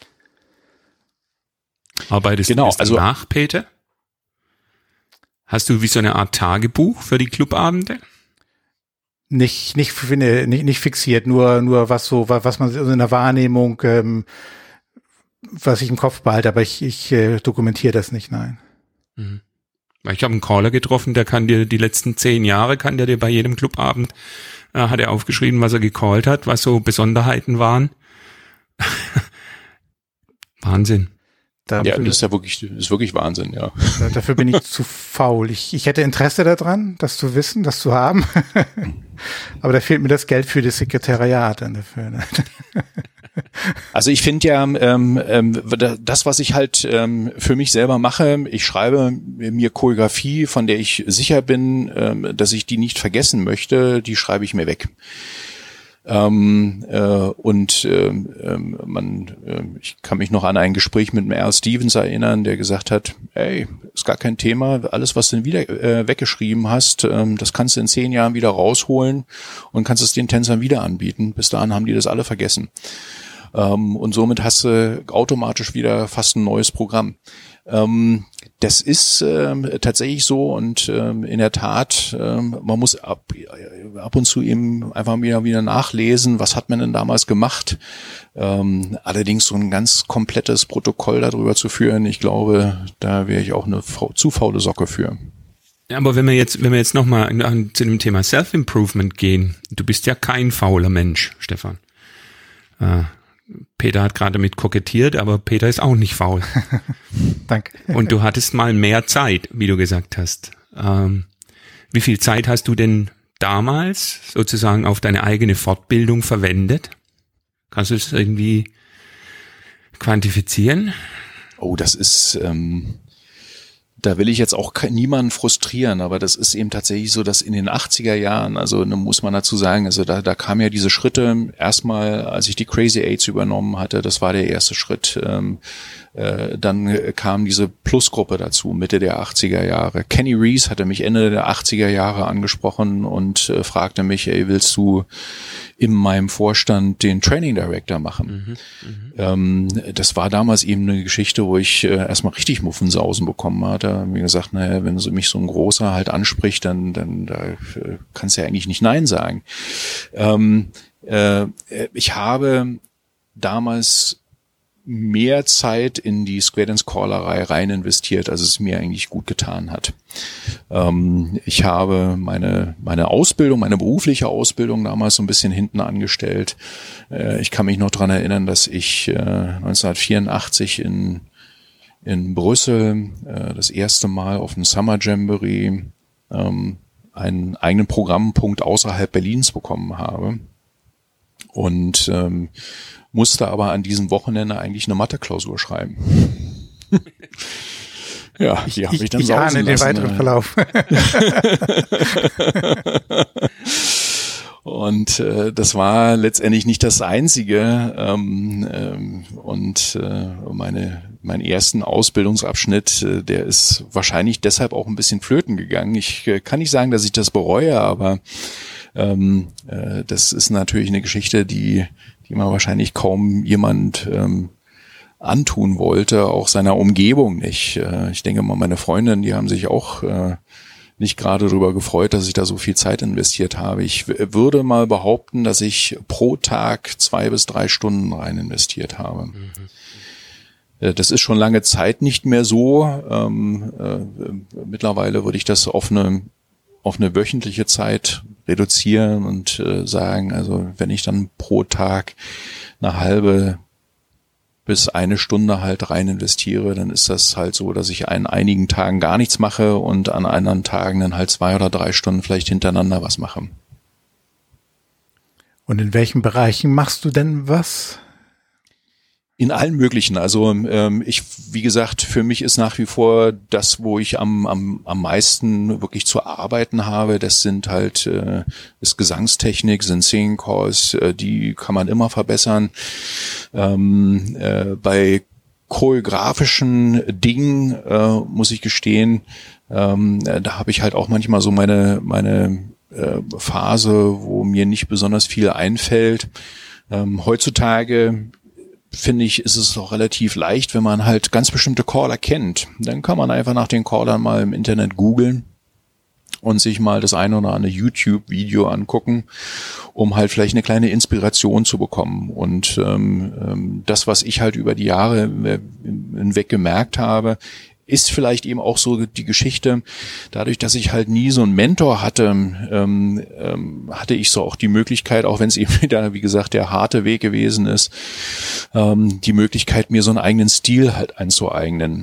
Arbeitest du also nach, Peter? Hast du wie so eine Art Tagebuch für die Clubabende? Nicht fixiert, nur was man in der Wahrnehmung, was ich im Kopf behalte, aber ich dokumentiere das nicht, nein. Ich habe einen Caller getroffen, der kann dir die letzten 10 Jahre, kann der dir bei jedem Clubabend hat er aufgeschrieben, was er gecallt hat, was so Besonderheiten waren. Wahnsinn. Ja, das ist ja wirklich Wahnsinn, ja. Dafür bin ich zu faul. Ich hätte Interesse daran, das zu wissen, das zu haben. Aber da fehlt mir das Geld für das Sekretariat dann dafür. Ne? Also ich finde ja, das, was ich halt für mich selber mache, ich schreibe mir Choreografie, von der ich sicher bin, dass ich die nicht vergessen möchte, die schreibe ich mir weg. Ich kann mich noch an ein Gespräch mit R. Stevens erinnern, der gesagt hat, ey, ist gar kein Thema, alles, was du wieder weggeschrieben hast, das kannst du in 10 Jahren wieder rausholen und kannst es den Tänzern wieder anbieten. Bis dahin haben die das alle vergessen. Und somit hast du automatisch wieder fast ein neues Programm. Das ist tatsächlich so und in der Tat, man muss ab und zu eben einfach wieder nachlesen, was hat man denn damals gemacht. Allerdings so ein ganz komplettes Protokoll darüber zu führen, ich glaube, da wäre ich auch eine zu faule Socke für. Ja, aber wenn wir jetzt nochmal zu dem Thema Self-Improvement gehen, du bist ja kein fauler Mensch, Stefan. Peter hat gerade damit kokettiert, aber Peter ist auch nicht faul. Danke. Und du hattest mal mehr Zeit, wie du gesagt hast. Wie viel Zeit hast du denn damals sozusagen auf deine eigene Fortbildung verwendet? Kannst du es irgendwie quantifizieren? Oh, das ist... Da will ich jetzt auch niemanden frustrieren, aber das ist eben tatsächlich so, dass in den 80er Jahren, also muss man dazu sagen, also da kamen ja diese Schritte, erstmal als ich die Crazy Eights übernommen hatte, das war der erste Schritt, dann kam diese Plus-Gruppe dazu, Mitte der 80er Jahre. Kenny Reese hatte mich Ende der 80er Jahre angesprochen und fragte mich, ey, willst du in meinem Vorstand den Training Director machen? Das war damals eben eine Geschichte, wo ich erstmal richtig Muffensausen bekommen hatte. Wie gesagt, naja, wenn mich so ein Großer halt anspricht, dann da kannst du ja eigentlich nicht Nein sagen. Ich habe damals mehr Zeit in die Square Dance Callerei rein investiert, als es mir eigentlich gut getan hat. Ich habe meine Ausbildung, meine berufliche Ausbildung damals so ein bisschen hinten angestellt. Ich kann mich noch dran erinnern, dass ich 1984 in Brüssel das erste Mal auf dem Summer Jamboree einen eigenen Programmpunkt außerhalb Berlins bekommen habe. Und musste aber an diesem Wochenende eigentlich eine Mathe-Klausur schreiben. Ja, die habe ich dann sausen lassen. Den weiteren Verlauf. Und das war letztendlich nicht das Einzige. Mein ersten Ausbildungsabschnitt, der ist wahrscheinlich deshalb auch ein bisschen flöten gegangen. Ich kann nicht sagen, dass ich das bereue, aber das ist natürlich eine Geschichte, die man wahrscheinlich kaum jemand antun wollte, auch seiner Umgebung nicht. Ich denke mal, meine Freundinnen, die haben sich auch nicht gerade darüber gefreut, dass ich da so viel Zeit investiert habe. Ich würde mal behaupten, dass ich pro Tag 2 bis 3 Stunden rein investiert habe. Das ist schon lange Zeit nicht mehr so. Mittlerweile würde ich das auf eine wöchentliche Zeit reduzieren und sagen, also wenn ich dann pro Tag eine halbe bis 1 Stunde halt rein investiere, dann ist das halt so, dass ich an einigen Tagen gar nichts mache und an anderen Tagen dann halt 2 oder 3 Stunden vielleicht hintereinander was mache. Und in welchen Bereichen machst du denn was? In allen möglichen. Also wie gesagt, für mich ist nach wie vor das, wo ich am meisten wirklich zu arbeiten habe, das sind halt ist Gesangstechnik, sind Singing Calls, die kann man immer verbessern. Bei choreografischen Dingen muss ich gestehen, da habe ich halt auch manchmal so meine Phase, wo mir nicht besonders viel einfällt. Heutzutage finde ich, ist es auch relativ leicht, wenn man halt ganz bestimmte Caller kennt. Dann kann man einfach nach den Callern mal im Internet googeln und sich mal das eine oder andere YouTube-Video angucken, um halt vielleicht eine kleine Inspiration zu bekommen. Und das, was ich halt über die Jahre hinweg gemerkt habe, ist vielleicht eben auch so die Geschichte, dadurch, dass ich halt nie so einen Mentor hatte, hatte ich so auch die Möglichkeit, auch wenn es eben wieder, wie gesagt, der harte Weg gewesen ist, die Möglichkeit, mir so einen eigenen Stil halt einzueignen.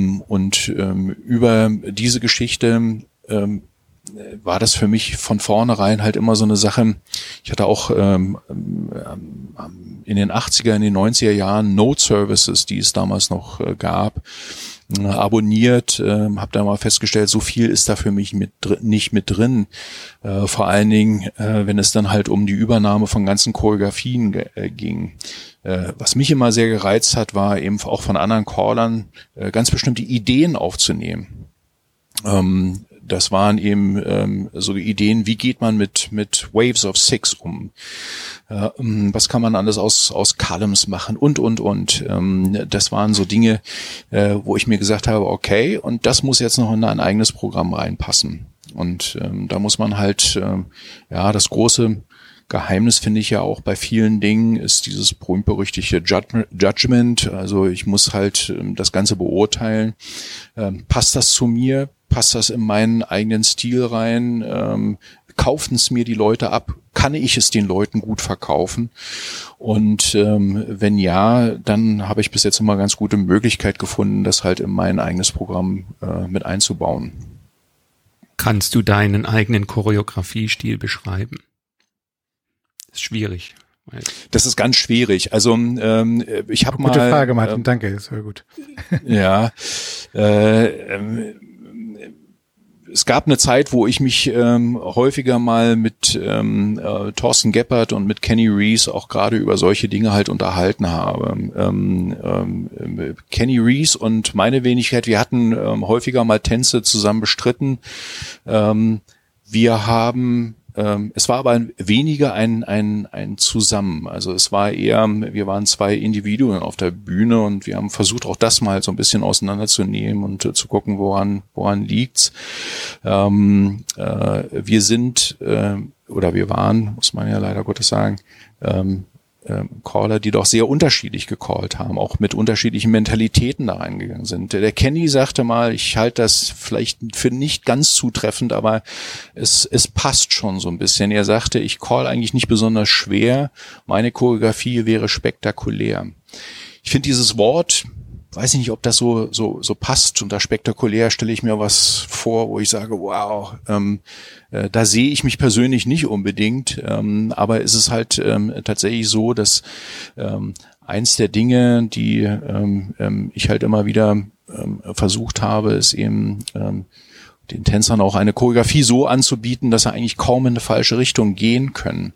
Über diese Geschichte war das für mich von vornherein halt immer so eine Sache. Ich hatte auch in den 80er, in den 90er Jahren Node-Services, die es damals noch gab, abonniert, habe da mal festgestellt, so viel ist da für mich nicht mit drin. Vor allen Dingen, wenn es dann halt um die Übernahme von ganzen Choreografien ging. Was mich immer sehr gereizt hat, war eben auch von anderen Callern ganz bestimmte Ideen aufzunehmen. Das waren eben so Ideen, wie geht man mit Waves of Six um? Was kann man alles aus Columns machen und. Das waren so Dinge, wo ich mir gesagt habe, okay, und das muss jetzt noch in ein eigenes Programm reinpassen. Und da muss man halt, das große Geheimnis finde ich ja auch bei vielen Dingen ist dieses berühmt-berüchtigte Judgment. Also ich muss halt das Ganze beurteilen. Passt das zu mir? Passt das in meinen eigenen Stil rein? Kaufen es mir die Leute ab? Kann ich es den Leuten gut verkaufen? Und wenn ja, dann habe ich bis jetzt immer ganz gute Möglichkeit gefunden, das halt in mein eigenes Programm mit einzubauen. Kannst du deinen eigenen Choreografiestil beschreiben? Das ist schwierig. Das ist ganz schwierig. Also ich habe mal... Gute Frage, Martin, danke, das war gut. Ja, es gab eine Zeit, wo ich mich häufiger mal mit Thorsten Geppert und mit Kenny Rees auch gerade über solche Dinge halt unterhalten habe. Kenny Rees und meine Wenigkeit, wir hatten häufiger mal Tänze zusammen bestritten. Wir haben es war aber weniger ein Zusammen. Also es war eher, wir waren zwei Individuen auf der Bühne und wir haben versucht, auch das mal so ein bisschen auseinanderzunehmen und zu gucken, woran liegt's. Wir sind, oder wir waren, muss man ja leider Gottes sagen, Caller, die doch sehr unterschiedlich gecallt haben, auch mit unterschiedlichen Mentalitäten da reingegangen sind. Der Kenny sagte mal, ich halte das vielleicht für nicht ganz zutreffend, aber es passt schon so ein bisschen. Er sagte, ich call eigentlich nicht besonders schwer, meine Choreografie wäre spektakulär. Ich finde dieses Wort, weiß ich nicht, ob das so passt. Unter spektakulär stelle ich mir was vor, wo ich sage, wow, da sehe ich mich persönlich nicht unbedingt. Aber es ist halt tatsächlich so, dass eins der Dinge, die ich halt immer wieder versucht habe, ist eben den Tänzern auch eine Choreografie so anzubieten, dass sie eigentlich kaum in eine falsche Richtung gehen können.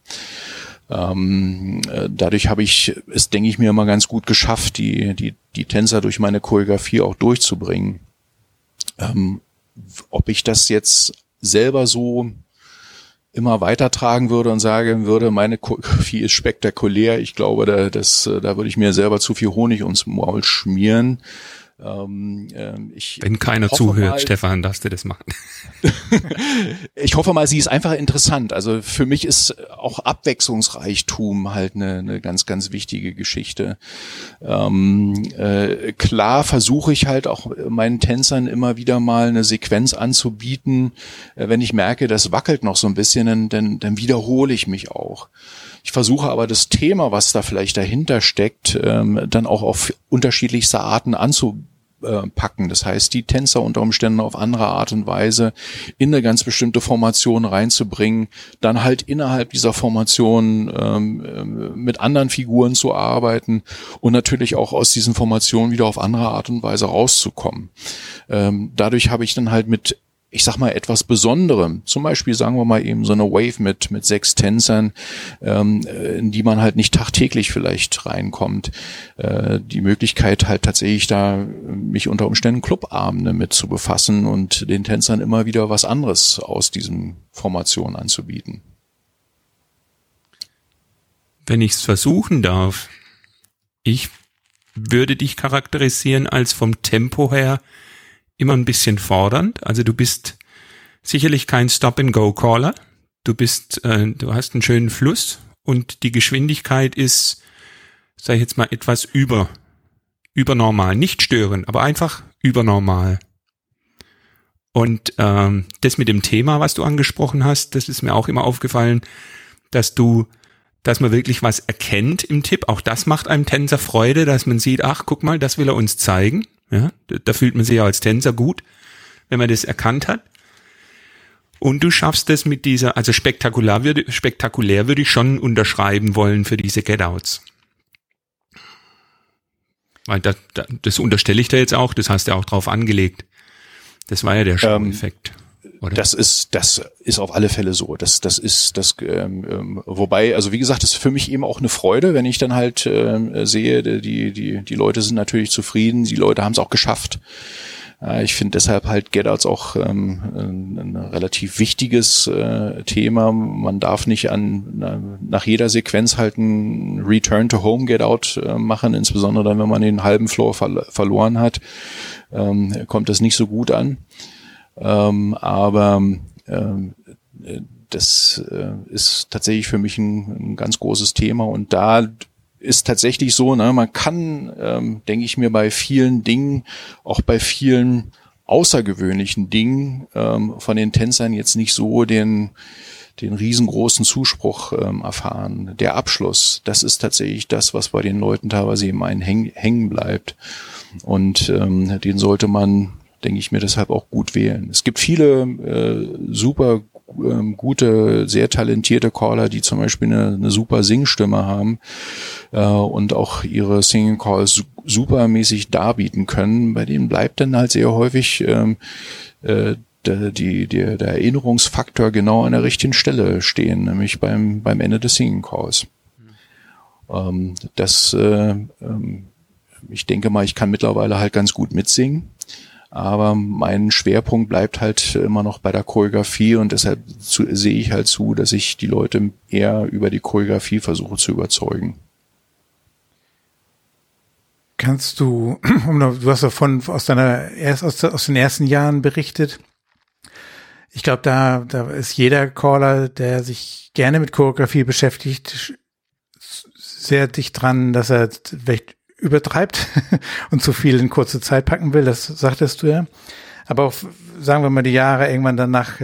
Dadurch habe ich es, denke ich mir, immer ganz gut geschafft, die Tänzer durch meine Choreografie auch durchzubringen. Ob ich das jetzt selber so immer weitertragen würde und sagen würde, meine Choreografie ist spektakulär, ich glaube, da würde ich mir selber zu viel Honig ums Maul schmieren. Wenn keiner zuhört, mal, Stefan, darfst du das machen. Ich hoffe mal, sie ist einfach interessant. Also für mich ist auch Abwechslungsreichtum halt eine ganz, ganz wichtige Geschichte. Klar versuche ich halt auch meinen Tänzern immer wieder mal eine Sequenz anzubieten. Wenn ich merke, das wackelt noch so ein bisschen, dann wiederhole ich mich auch. Ich versuche aber das Thema, was da vielleicht dahinter steckt, dann auch auf unterschiedlichste Arten anzupacken. Das heißt, die Tänzer unter Umständen auf andere Art und Weise in eine ganz bestimmte Formation reinzubringen, dann halt innerhalb dieser Formation mit anderen Figuren zu arbeiten und natürlich auch aus diesen Formationen wieder auf andere Art und Weise rauszukommen. Dadurch habe ich dann halt mit, ich sag mal, etwas Besonderem, zum Beispiel sagen wir mal eben so eine Wave mit 6 Tänzern, in die man halt nicht tagtäglich vielleicht reinkommt, die Möglichkeit halt tatsächlich da mich unter Umständen Clubabende mit zu befassen und den Tänzern immer wieder was anderes aus diesen Formationen anzubieten. Wenn ich es versuchen darf, ich würde dich charakterisieren als vom Tempo her immer ein bisschen fordernd. Also du bist sicherlich kein Stop-and-Go-Caller. Du hast einen schönen Fluss und die Geschwindigkeit ist, sag ich jetzt mal, etwas über übernormal, nicht störend, aber einfach übernormal. Und das mit dem Thema, was du angesprochen hast, das ist mir auch immer aufgefallen, dass man wirklich was erkennt im Tipp. Auch das macht einem Tänzer Freude, dass man sieht, ach, guck mal, das will er uns zeigen. Ja, da fühlt man sich ja als Tänzer gut, wenn man das erkannt hat. Und du schaffst das mit dieser, also spektakulär würde ich schon unterschreiben wollen für diese Get-Outs. Weil das unterstelle ich da jetzt auch, das hast du ja auch drauf angelegt. Das war ja der Show-Effekt. Oder? Das ist auf alle Fälle so. Wobei, also wie gesagt, das ist für mich eben auch eine Freude, wenn ich dann halt sehe, die Leute sind natürlich zufrieden, die Leute haben es auch geschafft. Ich finde deshalb halt Get-Outs auch ein relativ wichtiges Thema. Man darf nicht nach jeder Sequenz halt ein Return-to-Home-Get-Out machen, insbesondere dann, wenn man den halben Floor verloren hat, kommt das nicht so gut an. Aber das ist tatsächlich für mich ein ganz großes Thema, und da ist tatsächlich so, ne, man kann, denke ich mir, bei vielen Dingen, auch bei vielen außergewöhnlichen Dingen von den Tänzern jetzt nicht so den riesengroßen Zuspruch erfahren. Der Abschluss, das ist tatsächlich das, was bei den Leuten teilweise eben hängen bleibt, und den sollte man, denke ich mir, deshalb auch gut wählen. Es gibt viele super gute, sehr talentierte Caller, die zum Beispiel eine super Singstimme haben und auch ihre Singing Calls supermäßig darbieten können. Bei denen bleibt dann halt sehr häufig der Erinnerungsfaktor genau an der richtigen Stelle stehen, nämlich beim Ende des Singing Calls. Ich denke mal, ich kann mittlerweile halt ganz gut mitsingen. Aber mein Schwerpunkt bleibt halt immer noch bei der Choreografie, und deshalb sehe ich halt zu, dass ich die Leute eher über die Choreografie versuche zu überzeugen. Kannst du hast davon aus den ersten Jahren berichtet. Ich glaube, da ist jeder Caller, der sich gerne mit Choreografie beschäftigt, sehr dicht dran, dass er vielleicht übertreibt und zu viel in kurze Zeit packen will, das sagtest du ja. Aber auch, sagen wir mal, die Jahre irgendwann danach,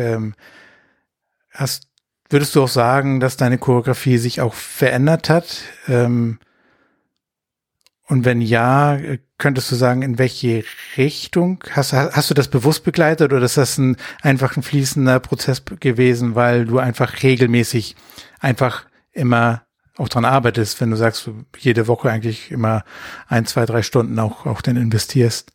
würdest du auch sagen, dass deine Choreografie sich auch verändert hat? Und wenn ja, könntest du sagen, in welche Richtung? Hast du das bewusst begleitet, oder ist das einfach ein fließender Prozess gewesen, weil du einfach regelmäßig einfach immer auch dran arbeitest, wenn du sagst, du jede Woche eigentlich immer 1, 2, 3 Stunden auch dann investierst?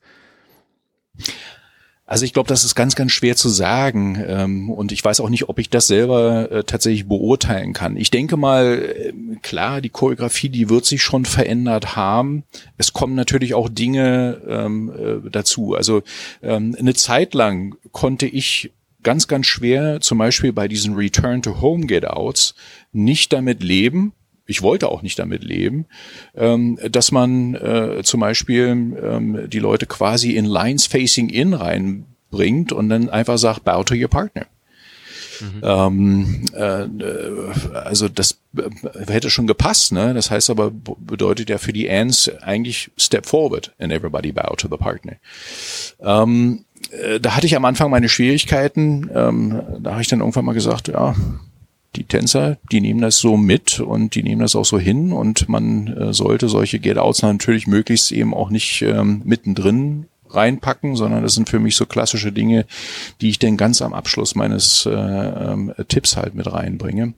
Also ich glaube, das ist ganz, ganz schwer zu sagen, und ich weiß auch nicht, ob ich das selber tatsächlich beurteilen kann. Ich denke mal, klar, die Choreografie, die wird sich schon verändert haben. Es kommen natürlich auch Dinge dazu. Also eine Zeit lang konnte ich ganz, ganz schwer, zum Beispiel bei diesen Return-to-Home-Get-Outs, nicht damit leben. Ich wollte auch nicht damit leben, dass man zum Beispiel die Leute quasi in Lines facing in reinbringt und dann einfach sagt, bow to your partner. Also das hätte schon gepasst, ne? Das heißt aber, bedeutet ja für die Ands eigentlich step forward and everybody bow to the partner. Da hatte ich am Anfang meine Schwierigkeiten. Da habe ich dann irgendwann mal gesagt, ja, die Tänzer, die nehmen das so mit und die nehmen das auch so hin, und man sollte solche Get-Outs natürlich möglichst eben auch nicht mittendrin reinpacken, sondern das sind für mich so klassische Dinge, die ich dann ganz am Abschluss meines Tipps halt mit reinbringe.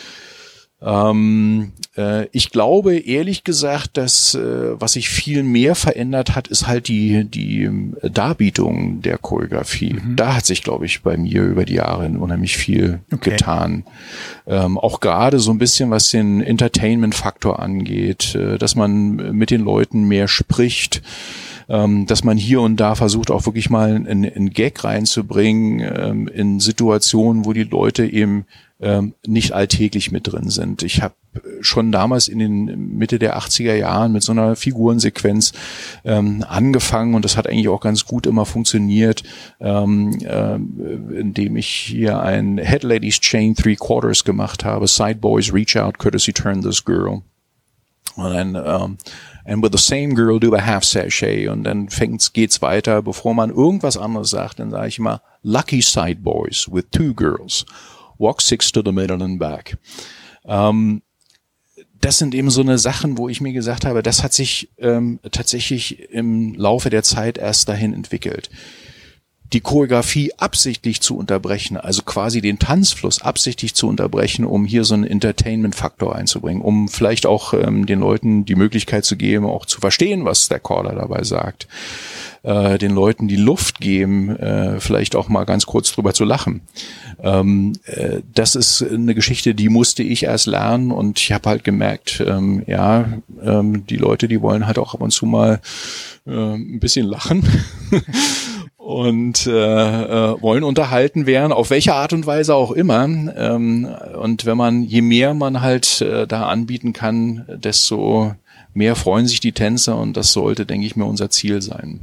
Ich glaube ehrlich gesagt, dass was sich viel mehr verändert hat, ist halt die Darbietung der Choreografie. Da hat sich, glaube ich, bei mir über die Jahre unheimlich viel getan. Auch gerade so ein bisschen, was den Entertainment-Faktor angeht, dass man mit den Leuten mehr spricht, dass man hier und da versucht, auch wirklich mal einen Gag reinzubringen in Situationen, wo die Leute eben nicht alltäglich mit drin sind. Ich habe schon damals in den Mitte der 80er Jahren mit so einer Figurensequenz angefangen, und das hat eigentlich auch ganz gut immer funktioniert, indem ich hier ein Head Ladies Chain 3/4 gemacht habe, Side Boys Reach Out, Courtesy Turn This Girl. Und dann, and with the same girl do a half sachet. Und dann geht's weiter. Bevor man irgendwas anderes sagt, dann sage ich immer, lucky side boys with 2 girls. Walk 6 to the middle and back. Das sind eben so eine Sachen, wo ich mir gesagt habe, das hat sich tatsächlich im Laufe der Zeit erst dahin entwickelt. Die Choreografie absichtlich zu unterbrechen, also quasi den Tanzfluss absichtlich zu unterbrechen, um hier so einen Entertainment-Faktor einzubringen, um vielleicht auch den Leuten die Möglichkeit zu geben, auch zu verstehen, was der Caller dabei sagt. Den Leuten die Luft geben, vielleicht auch mal ganz kurz drüber zu lachen. Das ist eine Geschichte, die musste ich erst lernen, und ich habe halt gemerkt, die Leute, die wollen halt auch ab und zu mal ein bisschen lachen. Und wollen unterhalten werden, auf welche Art und Weise auch immer. Und je mehr man halt da anbieten kann, desto mehr freuen sich die Tänzer, und das sollte, denke ich mir, unser Ziel sein.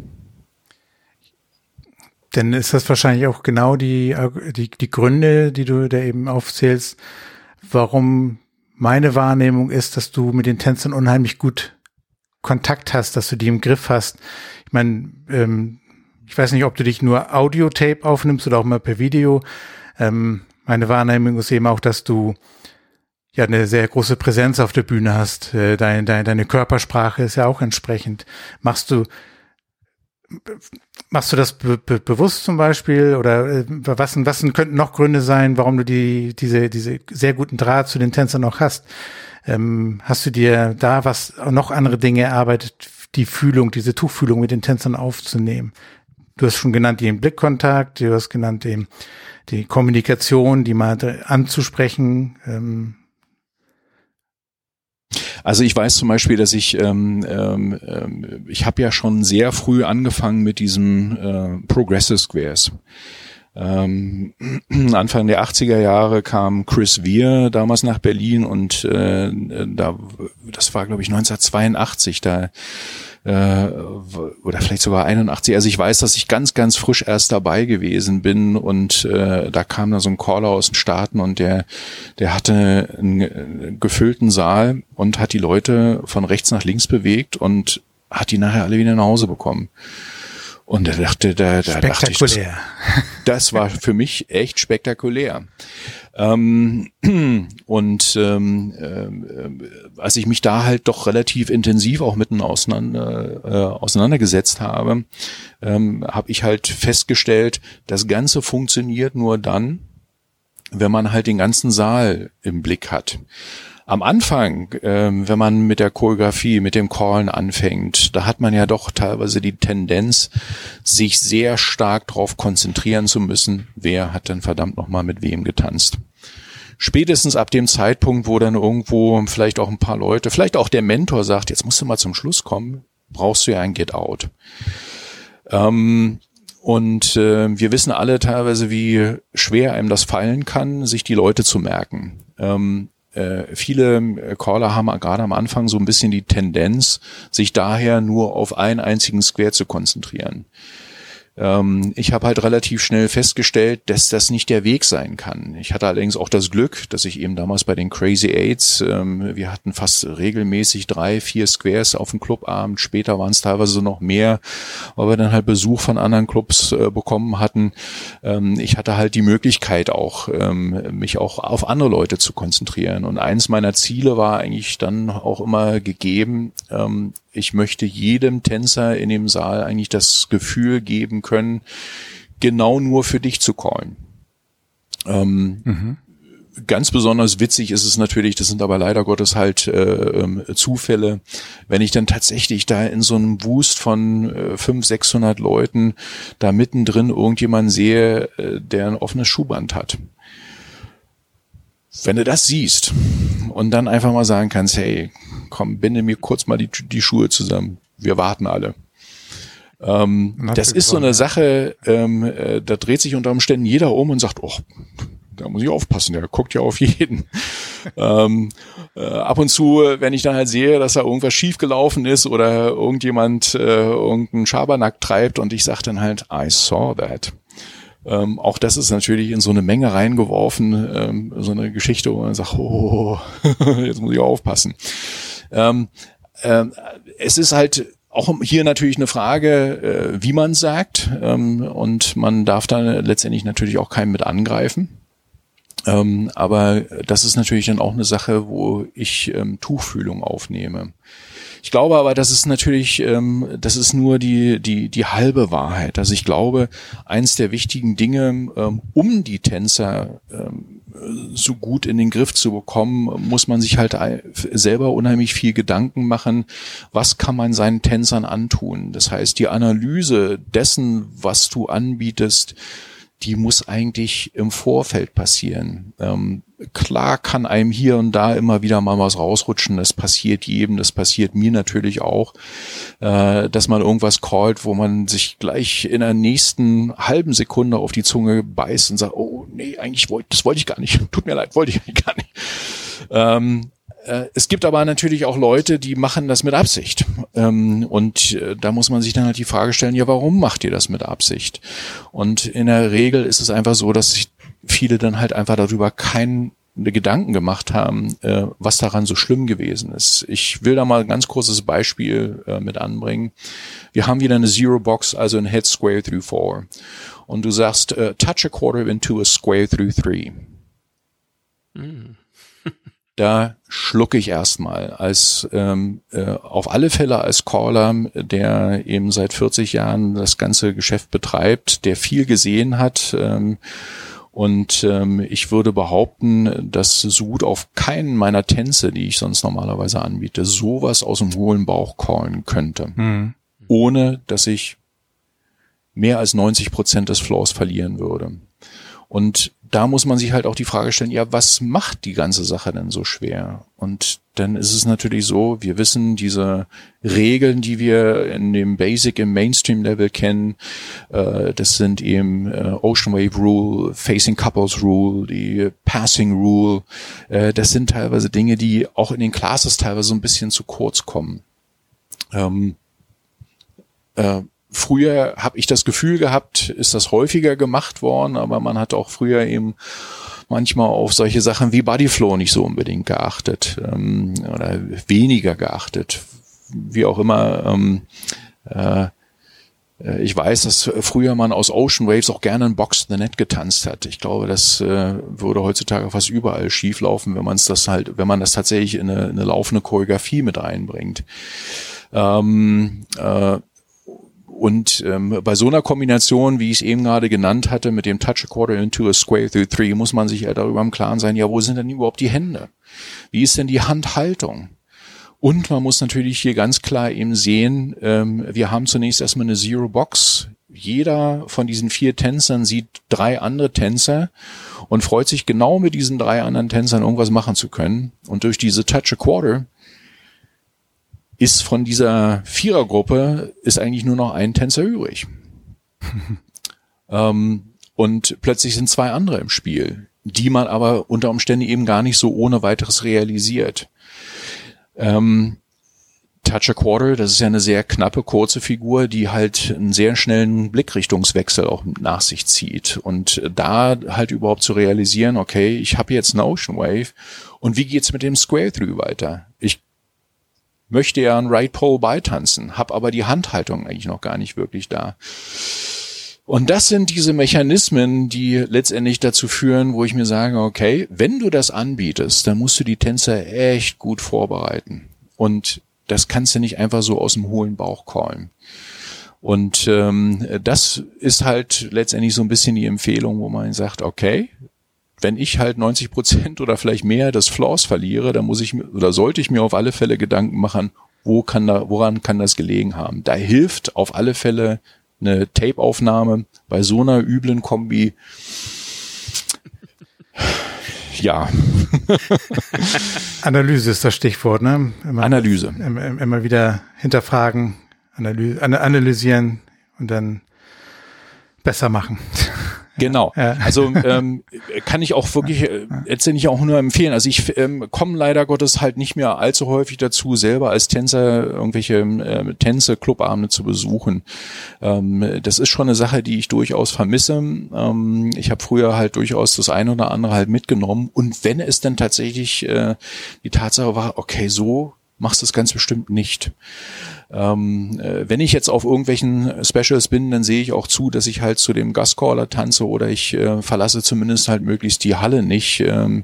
Denn ist das wahrscheinlich auch genau die Gründe, die du da eben aufzählst, warum meine Wahrnehmung ist, dass du mit den Tänzern unheimlich gut Kontakt hast, dass du die im Griff hast. Ich meine, ich weiß nicht, ob du dich nur Audiotape aufnimmst oder auch mal per Video. Meine Wahrnehmung ist eben auch, dass du ja eine sehr große Präsenz auf der Bühne hast. Deine Körpersprache ist ja auch entsprechend. Machst du das bewusst zum Beispiel, oder was könnten noch Gründe sein, warum du diese sehr guten Draht zu den Tänzern noch hast? Hast du dir da noch andere Dinge erarbeitet, die Fühlung, diese Tuchfühlung mit den Tänzern aufzunehmen? Du hast schon genannt den Blickkontakt, du hast genannt die Kommunikation, die mal anzusprechen. Also ich weiß zum Beispiel, dass ich habe ja schon sehr früh angefangen mit diesem Progressive Squares. Anfang der 80er Jahre kam Chris Weir damals nach Berlin, und das war, glaube ich, 1982, oder vielleicht sogar 81. Also ich weiß, dass ich ganz, ganz frisch erst dabei gewesen bin, und da kam da so ein Caller aus den Staaten, und der hatte einen gefüllten Saal und hat die Leute von rechts nach links bewegt und hat die nachher alle wieder nach Hause bekommen. Und da dachte ich, das war für mich echt spektakulär. Als ich mich da halt doch relativ intensiv auch mitten auseinandergesetzt habe, habe ich halt festgestellt, das Ganze funktioniert nur dann, wenn man halt den ganzen Saal im Blick hat. Am Anfang, wenn man mit der Choreografie, mit dem Callen anfängt, da hat man ja doch teilweise die Tendenz, sich sehr stark darauf konzentrieren zu müssen, wer hat denn verdammt nochmal mit wem getanzt. Spätestens ab dem Zeitpunkt, wo dann irgendwo vielleicht auch ein paar Leute, vielleicht auch der Mentor sagt, jetzt musst du mal zum Schluss kommen, brauchst du ja ein Get-Out. Wir wissen alle teilweise, wie schwer einem das fallen kann, sich die Leute zu merken. Viele Caller haben gerade am Anfang so ein bisschen die Tendenz, sich daher nur auf einen einzigen Square zu konzentrieren. Ich habe halt relativ schnell festgestellt, dass das nicht der Weg sein kann. Ich hatte allerdings auch das Glück, dass ich eben damals bei den Crazy Eights, wir hatten fast regelmäßig 3-4 Squares auf dem Clubabend, später waren es teilweise noch mehr, weil wir dann halt Besuch von anderen Clubs bekommen hatten. Ich hatte halt die Möglichkeit auch, mich auch auf andere Leute zu konzentrieren. Und eins meiner Ziele war eigentlich dann auch immer gegeben, ich möchte jedem Tänzer in dem Saal eigentlich das Gefühl geben können, genau nur für dich zu callen. Ganz besonders witzig ist es natürlich, das sind aber leider Gottes halt Zufälle, wenn ich dann tatsächlich da in so einem Wust von 500-600 Leuten da mittendrin irgendjemanden sehe, der ein offenes Schuhband hat. Wenn du das siehst und dann einfach mal sagen kannst, hey, komm, binde mir kurz mal die Schuhe zusammen, wir warten alle. Das ist so eine Sache, da dreht sich unter Umständen jeder um und sagt, oh, da muss ich aufpassen, der guckt ja auf jeden. Ab und zu, wenn ich dann halt sehe, dass da irgendwas schief gelaufen ist oder irgendjemand irgendeinen Schabernack treibt, und ich sage dann halt, I saw that. Auch das ist natürlich in so eine Menge reingeworfen, so eine Geschichte, wo man sagt, oh, jetzt muss ich aufpassen. Es ist halt auch hier natürlich eine Frage, wie man sagt, und man darf da letztendlich natürlich auch keinen mit angreifen. Aber das ist natürlich dann auch eine Sache, wo ich Tuchfühlung aufnehme. Ich glaube aber, das ist natürlich, das ist nur die halbe Wahrheit. Also ich glaube, eins der wichtigen Dinge, um die Tänzer so gut in den Griff zu bekommen, muss man sich halt selber unheimlich viel Gedanken machen, was kann man seinen Tänzern antun. Das heißt, die Analyse dessen, was du anbietest, die muss eigentlich im Vorfeld passieren. Klar kann einem hier und da immer wieder mal was rausrutschen, das passiert jedem, das passiert mir natürlich auch, dass man irgendwas callt, wo man sich gleich in der nächsten halben Sekunde auf die Zunge beißt und sagt, oh nee, eigentlich das wollte ich gar nicht, tut mir leid, wollte ich eigentlich gar nicht. Es gibt aber natürlich auch Leute, die machen das mit Absicht. Und da muss man sich dann halt die Frage stellen, ja, warum macht ihr das mit Absicht? Und in der Regel ist es einfach so, dass sich viele dann halt einfach darüber keine Gedanken gemacht haben, was daran so schlimm gewesen ist. Ich will da mal ein ganz kurzes Beispiel mit anbringen. Wir haben wieder eine Zero Box, also ein Head Square through 4. Und du sagst, touch a quarter into a square through 3. Da schlucke ich erstmal als auf alle Fälle als Caller, der eben seit 40 Jahren das ganze Geschäft betreibt, der viel gesehen hat, und ich würde behaupten, dass so gut auf keinen meiner Tänze, die ich sonst normalerweise anbiete, sowas aus dem hohlen Bauch callen könnte, ohne dass ich mehr als 90% des Floors verlieren würde. Und da muss man sich halt auch die Frage stellen, ja, was macht die ganze Sache denn so schwer? Und dann ist es natürlich so, wir wissen, diese Regeln, die wir in dem Basic, im Mainstream-Level kennen, das sind eben Ocean Wave Rule, Facing Couples Rule, die Passing Rule, das sind teilweise Dinge, die auch in den Classes teilweise so ein bisschen zu kurz kommen. Früher habe ich das Gefühl gehabt, ist das häufiger gemacht worden, aber man hat auch früher eben manchmal auf solche Sachen wie Bodyflow nicht so unbedingt geachtet oder weniger geachtet, wie auch immer. Ich weiß, dass früher man aus Ocean Waves auch gerne ein Box in the Net getanzt hat. Ich glaube, das würde heutzutage fast überall schieflaufen, wenn man das tatsächlich in eine laufende Choreografie mit einbringt. Und bei so einer Kombination, wie ich es eben gerade genannt hatte, mit dem Touch a Quarter into a Square through 3, muss man sich ja darüber im Klaren sein, ja, wo sind denn überhaupt die Hände? Wie ist denn die Handhaltung? Und man muss natürlich hier ganz klar eben sehen, wir haben zunächst erstmal eine Zero Box. Jeder von diesen 4 Tänzern sieht 3 andere Tänzer und freut sich genau mit diesen 3 anderen Tänzern irgendwas machen zu können. Und durch diese Touch a Quarter ist von dieser Vierergruppe ist eigentlich nur noch ein Tänzer übrig. Und plötzlich sind 2 andere im Spiel, die man aber unter Umständen eben gar nicht so ohne weiteres realisiert. Touch a Quarter, das ist ja eine sehr knappe, kurze Figur, die halt einen sehr schnellen Blickrichtungswechsel auch nach sich zieht. Und da halt überhaupt zu realisieren, okay, ich habe jetzt eine Ocean Wave und wie geht's mit dem Square Through weiter? Ich möchte ja einen Right Pole beitanzen, habe aber die Handhaltung eigentlich noch gar nicht wirklich da. Und das sind diese Mechanismen, die letztendlich dazu führen, wo ich mir sage, okay, wenn du das anbietest, dann musst du die Tänzer echt gut vorbereiten. Und das kannst du nicht einfach so aus dem hohlen Bauch callen. Und das ist halt letztendlich so ein bisschen die Empfehlung, wo man sagt, okay, wenn ich halt 90% oder vielleicht mehr des Floors verliere, dann sollte ich mir auf alle Fälle Gedanken machen, woran kann das gelegen haben. Da hilft auf alle Fälle eine Tape-Aufnahme bei so einer üblen Kombi. Ja. Analyse ist das Stichwort, ne? Analyse. Immer wieder hinterfragen, analysieren und dann besser machen. Genau. Ja. Also kann ich auch wirklich letztendlich auch nur empfehlen. Also ich komme leider Gottes halt nicht mehr allzu häufig dazu, selber als Tänzer irgendwelche Tänze, Clubabende zu besuchen. Das ist schon eine Sache, die ich durchaus vermisse. Ich habe früher halt durchaus das eine oder andere halt mitgenommen. Und wenn es dann tatsächlich die Tatsache war, okay, so machst du es ganz bestimmt nicht. Wenn ich jetzt auf irgendwelchen Specials bin, dann sehe ich auch zu, dass ich halt zu dem Gastcaller tanze oder ich verlasse zumindest halt möglichst die Halle nicht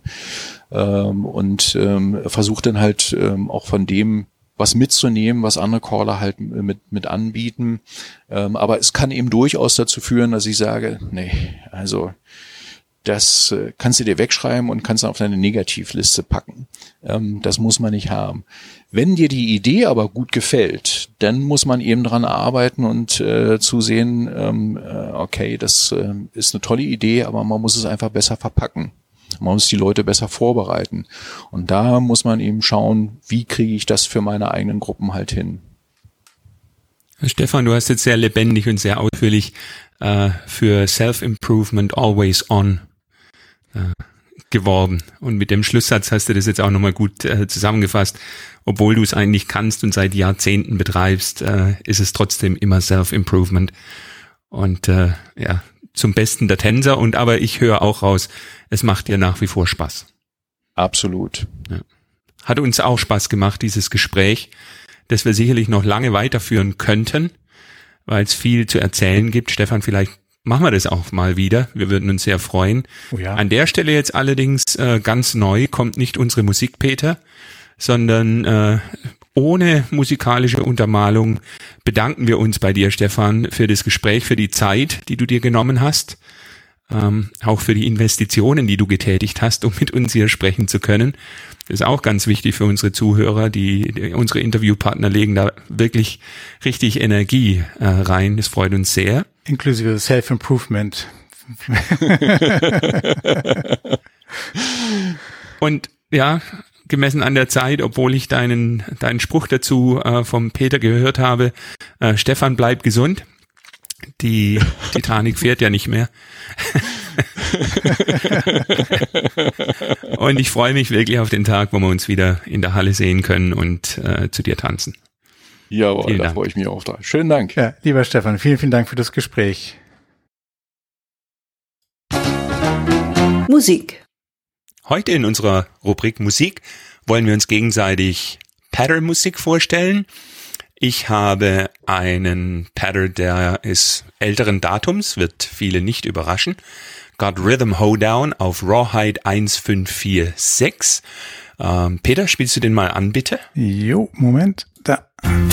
und versuche dann halt auch von dem was mitzunehmen, was andere Caller halt mit anbieten. Aber es kann eben durchaus dazu führen, dass ich sage, nee, also das kannst du dir wegschreiben und kannst auf deine Negativliste packen. Das muss man nicht haben. Wenn dir die Idee aber gut gefällt, dann muss man eben dran arbeiten und zusehen, okay, das ist eine tolle Idee, aber man muss es einfach besser verpacken. Man muss die Leute besser vorbereiten. Und da muss man eben schauen, wie kriege ich das für meine eigenen Gruppen halt hin. Stefan, du hast jetzt sehr lebendig und sehr ausführlich für Self-Improvement Always On geworben. Und mit dem Schlusssatz hast du das jetzt auch nochmal gut zusammengefasst. Obwohl du es eigentlich kannst und seit Jahrzehnten betreibst, ist es trotzdem immer Self-Improvement. Und ja, zum Besten der Tänzer. Und aber ich höre auch raus, es macht dir nach wie vor Spaß. Absolut. Ja. Hat uns auch Spaß gemacht, dieses Gespräch, das wir sicherlich noch lange weiterführen könnten, weil es viel zu erzählen gibt. Stefan, vielleicht machen wir das auch mal wieder. Wir würden uns sehr freuen. Oh ja. An der Stelle jetzt allerdings ganz neu kommt nicht unsere Musik, Peter, sondern ohne musikalische Untermalung bedanken wir uns bei dir, Stefan, für das Gespräch, für die Zeit, die du dir genommen hast, auch für die Investitionen, die du getätigt hast, um mit uns hier sprechen zu können. Das ist auch ganz wichtig für unsere Zuhörer, unsere Interviewpartner legen da wirklich richtig Energie rein. Das freut uns sehr. Inklusive Self-Improvement. Und ja, gemessen an der Zeit, obwohl ich deinen Spruch dazu vom Peter gehört habe, Stefan, bleib gesund. Die Titanic fährt ja nicht mehr. Und ich freue mich wirklich auf den Tag, wo wir uns wieder in der Halle sehen können und zu dir tanzen. Jawohl, da freue ich mich auch drauf. Schönen Dank. Ja, lieber Stefan, vielen, vielen Dank für das Gespräch. Musik. Heute in unserer Rubrik Musik wollen wir uns gegenseitig Pattern-Musik vorstellen. Ich habe einen Pattern, der ist älteren Datums, wird viele nicht überraschen. Got Rhythm Hoedown auf Rawhide 1546. Peter, spielst du den mal an, bitte? Jo, Moment, da.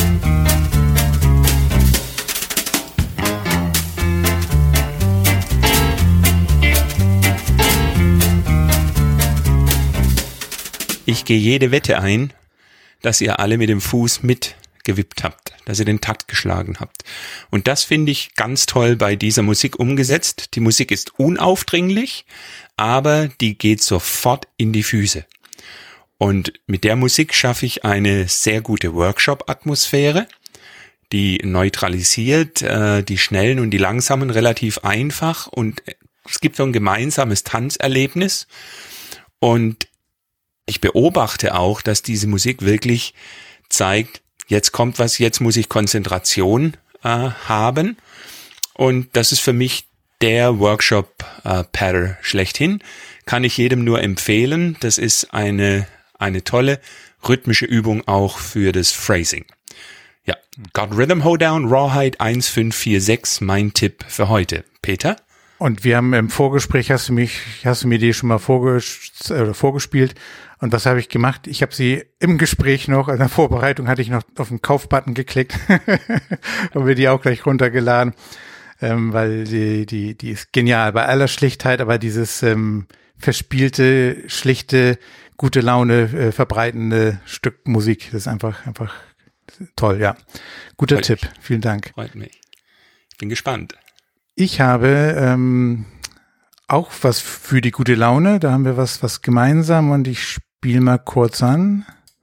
Ich gehe jede Wette ein, dass ihr alle mit dem Fuß mitgewippt habt, dass ihr den Takt geschlagen habt. Und das finde ich ganz toll bei dieser Musik umgesetzt. Die Musik ist unaufdringlich, aber die geht sofort in die Füße. Und mit der Musik schaffe ich eine sehr gute Workshop-Atmosphäre, die neutralisiert die Schnellen und die Langsamen relativ einfach und es gibt so ein gemeinsames Tanzerlebnis. Und ich beobachte auch, dass diese Musik wirklich zeigt, jetzt kommt was, jetzt muss ich Konzentration haben. Und das ist für mich der Workshop-Pattern schlechthin. Kann ich jedem nur empfehlen. Das ist eine tolle rhythmische Übung auch für das Phrasing. Ja, Got Rhythm Hoedown, Rawhide 1546, mein Tipp für heute. Peter? Und wir haben im Vorgespräch, hast du mir die schon mal vorgespielt. Und was habe ich gemacht? Ich habe sie im Gespräch noch, in der Vorbereitung hatte ich noch auf den Kaufbutton geklickt und mir die auch gleich runtergeladen, weil die ist genial bei aller Schlichtheit, aber dieses verspielte, schlichte, gute Laune verbreitende Stück Musik, das ist einfach toll, ja. Guter Freut Tipp, mich. vielen Dank. Freut mich. Ich bin gespannt. Ich habe auch was für die gute Laune. Da haben wir was gemeinsam und ich spiele mal kurz an.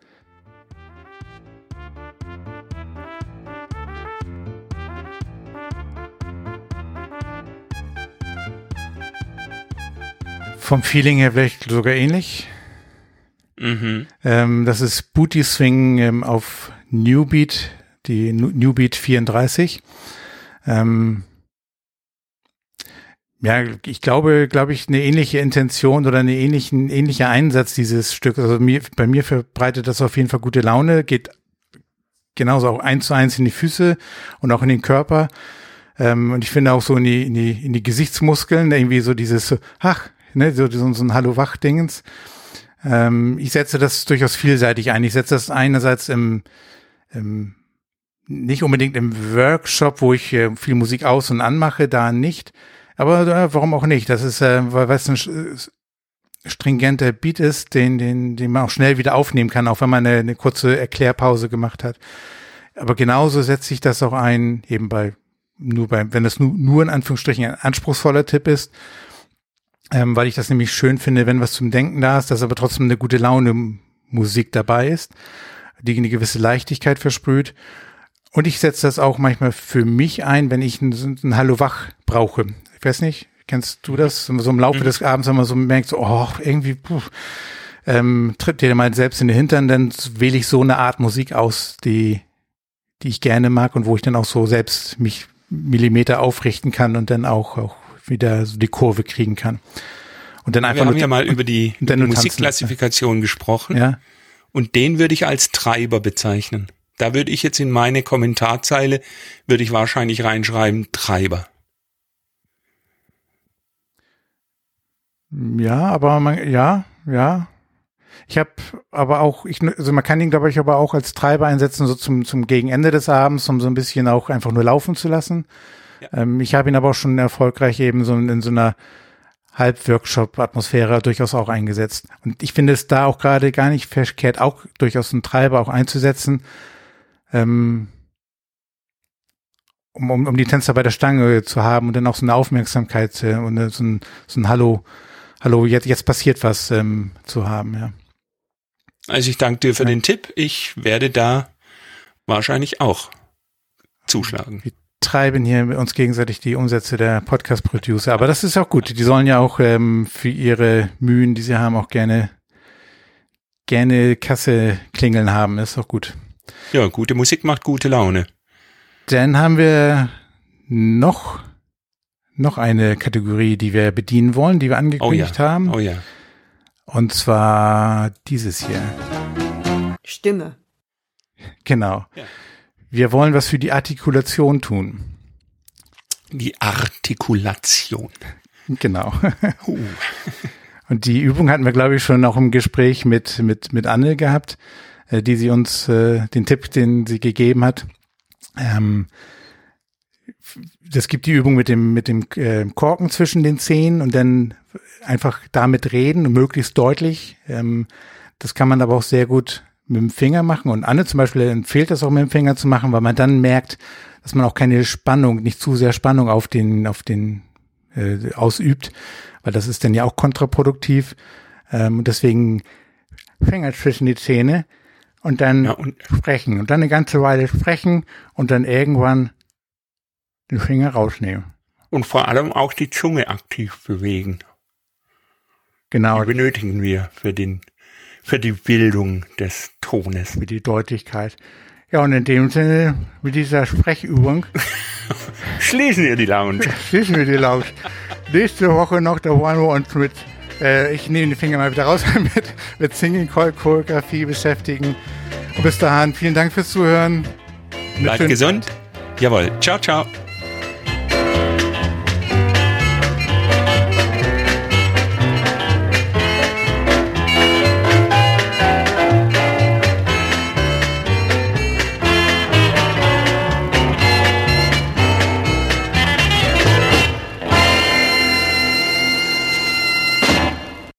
Vom Feeling her vielleicht sogar ähnlich. Mhm. Das ist Booty Swing auf Newbeat, die Newbeat 34. Ja, ich glaube ich, eine ähnliche Intention oder ähnlicher Einsatz dieses Stück. Also bei mir verbreitet das auf jeden Fall gute Laune, geht genauso auch 1:1 in die Füße und auch in den Körper. Und ich finde auch so in die Gesichtsmuskeln, irgendwie so dieses, so ein Hallo-Wach-Dingens. Ich setze das durchaus vielseitig ein. Ich setze das einerseits nicht unbedingt im Workshop, wo ich viel Musik aus- und anmache, da nicht. Aber warum auch nicht? Das ist, weil es ein stringenter Beat ist, den man auch schnell wieder aufnehmen kann, auch wenn man eine kurze Erklärpause gemacht hat. Aber genauso setze ich das auch ein, eben wenn es nur in Anführungsstrichen ein anspruchsvoller Tipp ist, weil ich das nämlich schön finde, wenn was zum Denken da ist, dass aber trotzdem eine gute Laune Musik dabei ist, die eine gewisse Leichtigkeit versprüht. Und ich setze das auch manchmal für mich ein, wenn ich ein Hallo Wach brauche. Ich weiß nicht, kennst du das? So im Laufe des Abends, wenn man so merkt, so, irgendwie tritt dir mal selbst in den Hintern, dann wähle ich so eine Art Musik aus, die ich gerne mag und wo ich dann auch so selbst mich Millimeter aufrichten kann und dann auch wieder so die Kurve kriegen kann. Und dann einfach Wir haben ja mal über die Musikklassifikation gesprochen. Ja. Und den würde ich als Treiber bezeichnen. Da würde ich jetzt in meine Kommentarzeile, würde ich wahrscheinlich reinschreiben, Treiber. Ja, aber ja. Ich habe aber auch, man kann ihn, glaube ich, aber auch als Treiber einsetzen, so zum Gegenende des Abends, um so ein bisschen auch einfach nur laufen zu lassen. Ja. Ich habe ihn aber auch schon erfolgreich eben so in so einer Halb-Workshop-Atmosphäre durchaus auch eingesetzt. Und ich finde es da auch gerade gar nicht verkehrt, auch durchaus einen Treiber auch einzusetzen, um die Tänzer bei der Stange zu haben und dann auch so eine Aufmerksamkeit und so ein Hallo, jetzt passiert was zu haben, ja. Also ich danke dir für den Tipp. Ich werde da wahrscheinlich auch zuschlagen. Wir treiben hier uns gegenseitig die Umsätze der Podcast-Producer, aber das ist auch gut. Die sollen ja auch für ihre Mühen, die sie haben, auch gerne Kasse klingeln haben. Das ist auch gut. Ja, gute Musik macht gute Laune. Dann haben wir noch eine Kategorie, die wir bedienen wollen, die wir angekündigt haben. Oh ja. Und zwar dieses hier. Stimme. Genau. Ja. Wir wollen was für die Artikulation tun. Die Artikulation. Genau. Und die Übung hatten wir, glaube ich, schon auch im Gespräch mit Anne gehabt, die sie uns, den Tipp, den sie gegeben hat. Das gibt die Übung mit dem Korken zwischen den Zähnen und dann einfach damit reden, möglichst deutlich. Das kann man aber auch sehr gut mit dem Finger machen. Und Anne zum Beispiel empfiehlt das auch mit dem Finger zu machen, weil man dann merkt, dass man auch keine Spannung, nicht zu sehr Spannung auf den ausübt, weil das ist dann ja auch kontraproduktiv. Und deswegen Finger zwischen die Zähne und dann sprechen und dann eine ganze Weile sprechen und dann irgendwann den Finger rausnehmen. Und vor allem auch die Zunge aktiv bewegen. Genau. Die benötigen wir für die Bildung des Tones. Für die Deutlichkeit. Ja, und in dem Sinne, mit dieser Sprechübung schließen wir die Lounge. Nächste Woche noch, da wollen wir uns ich nehme die Finger mal wieder raus, mit Singing Choreografie beschäftigen. Und bis dahin, vielen Dank fürs Zuhören. Bleibt gesund. Jawohl. Ciao, ciao.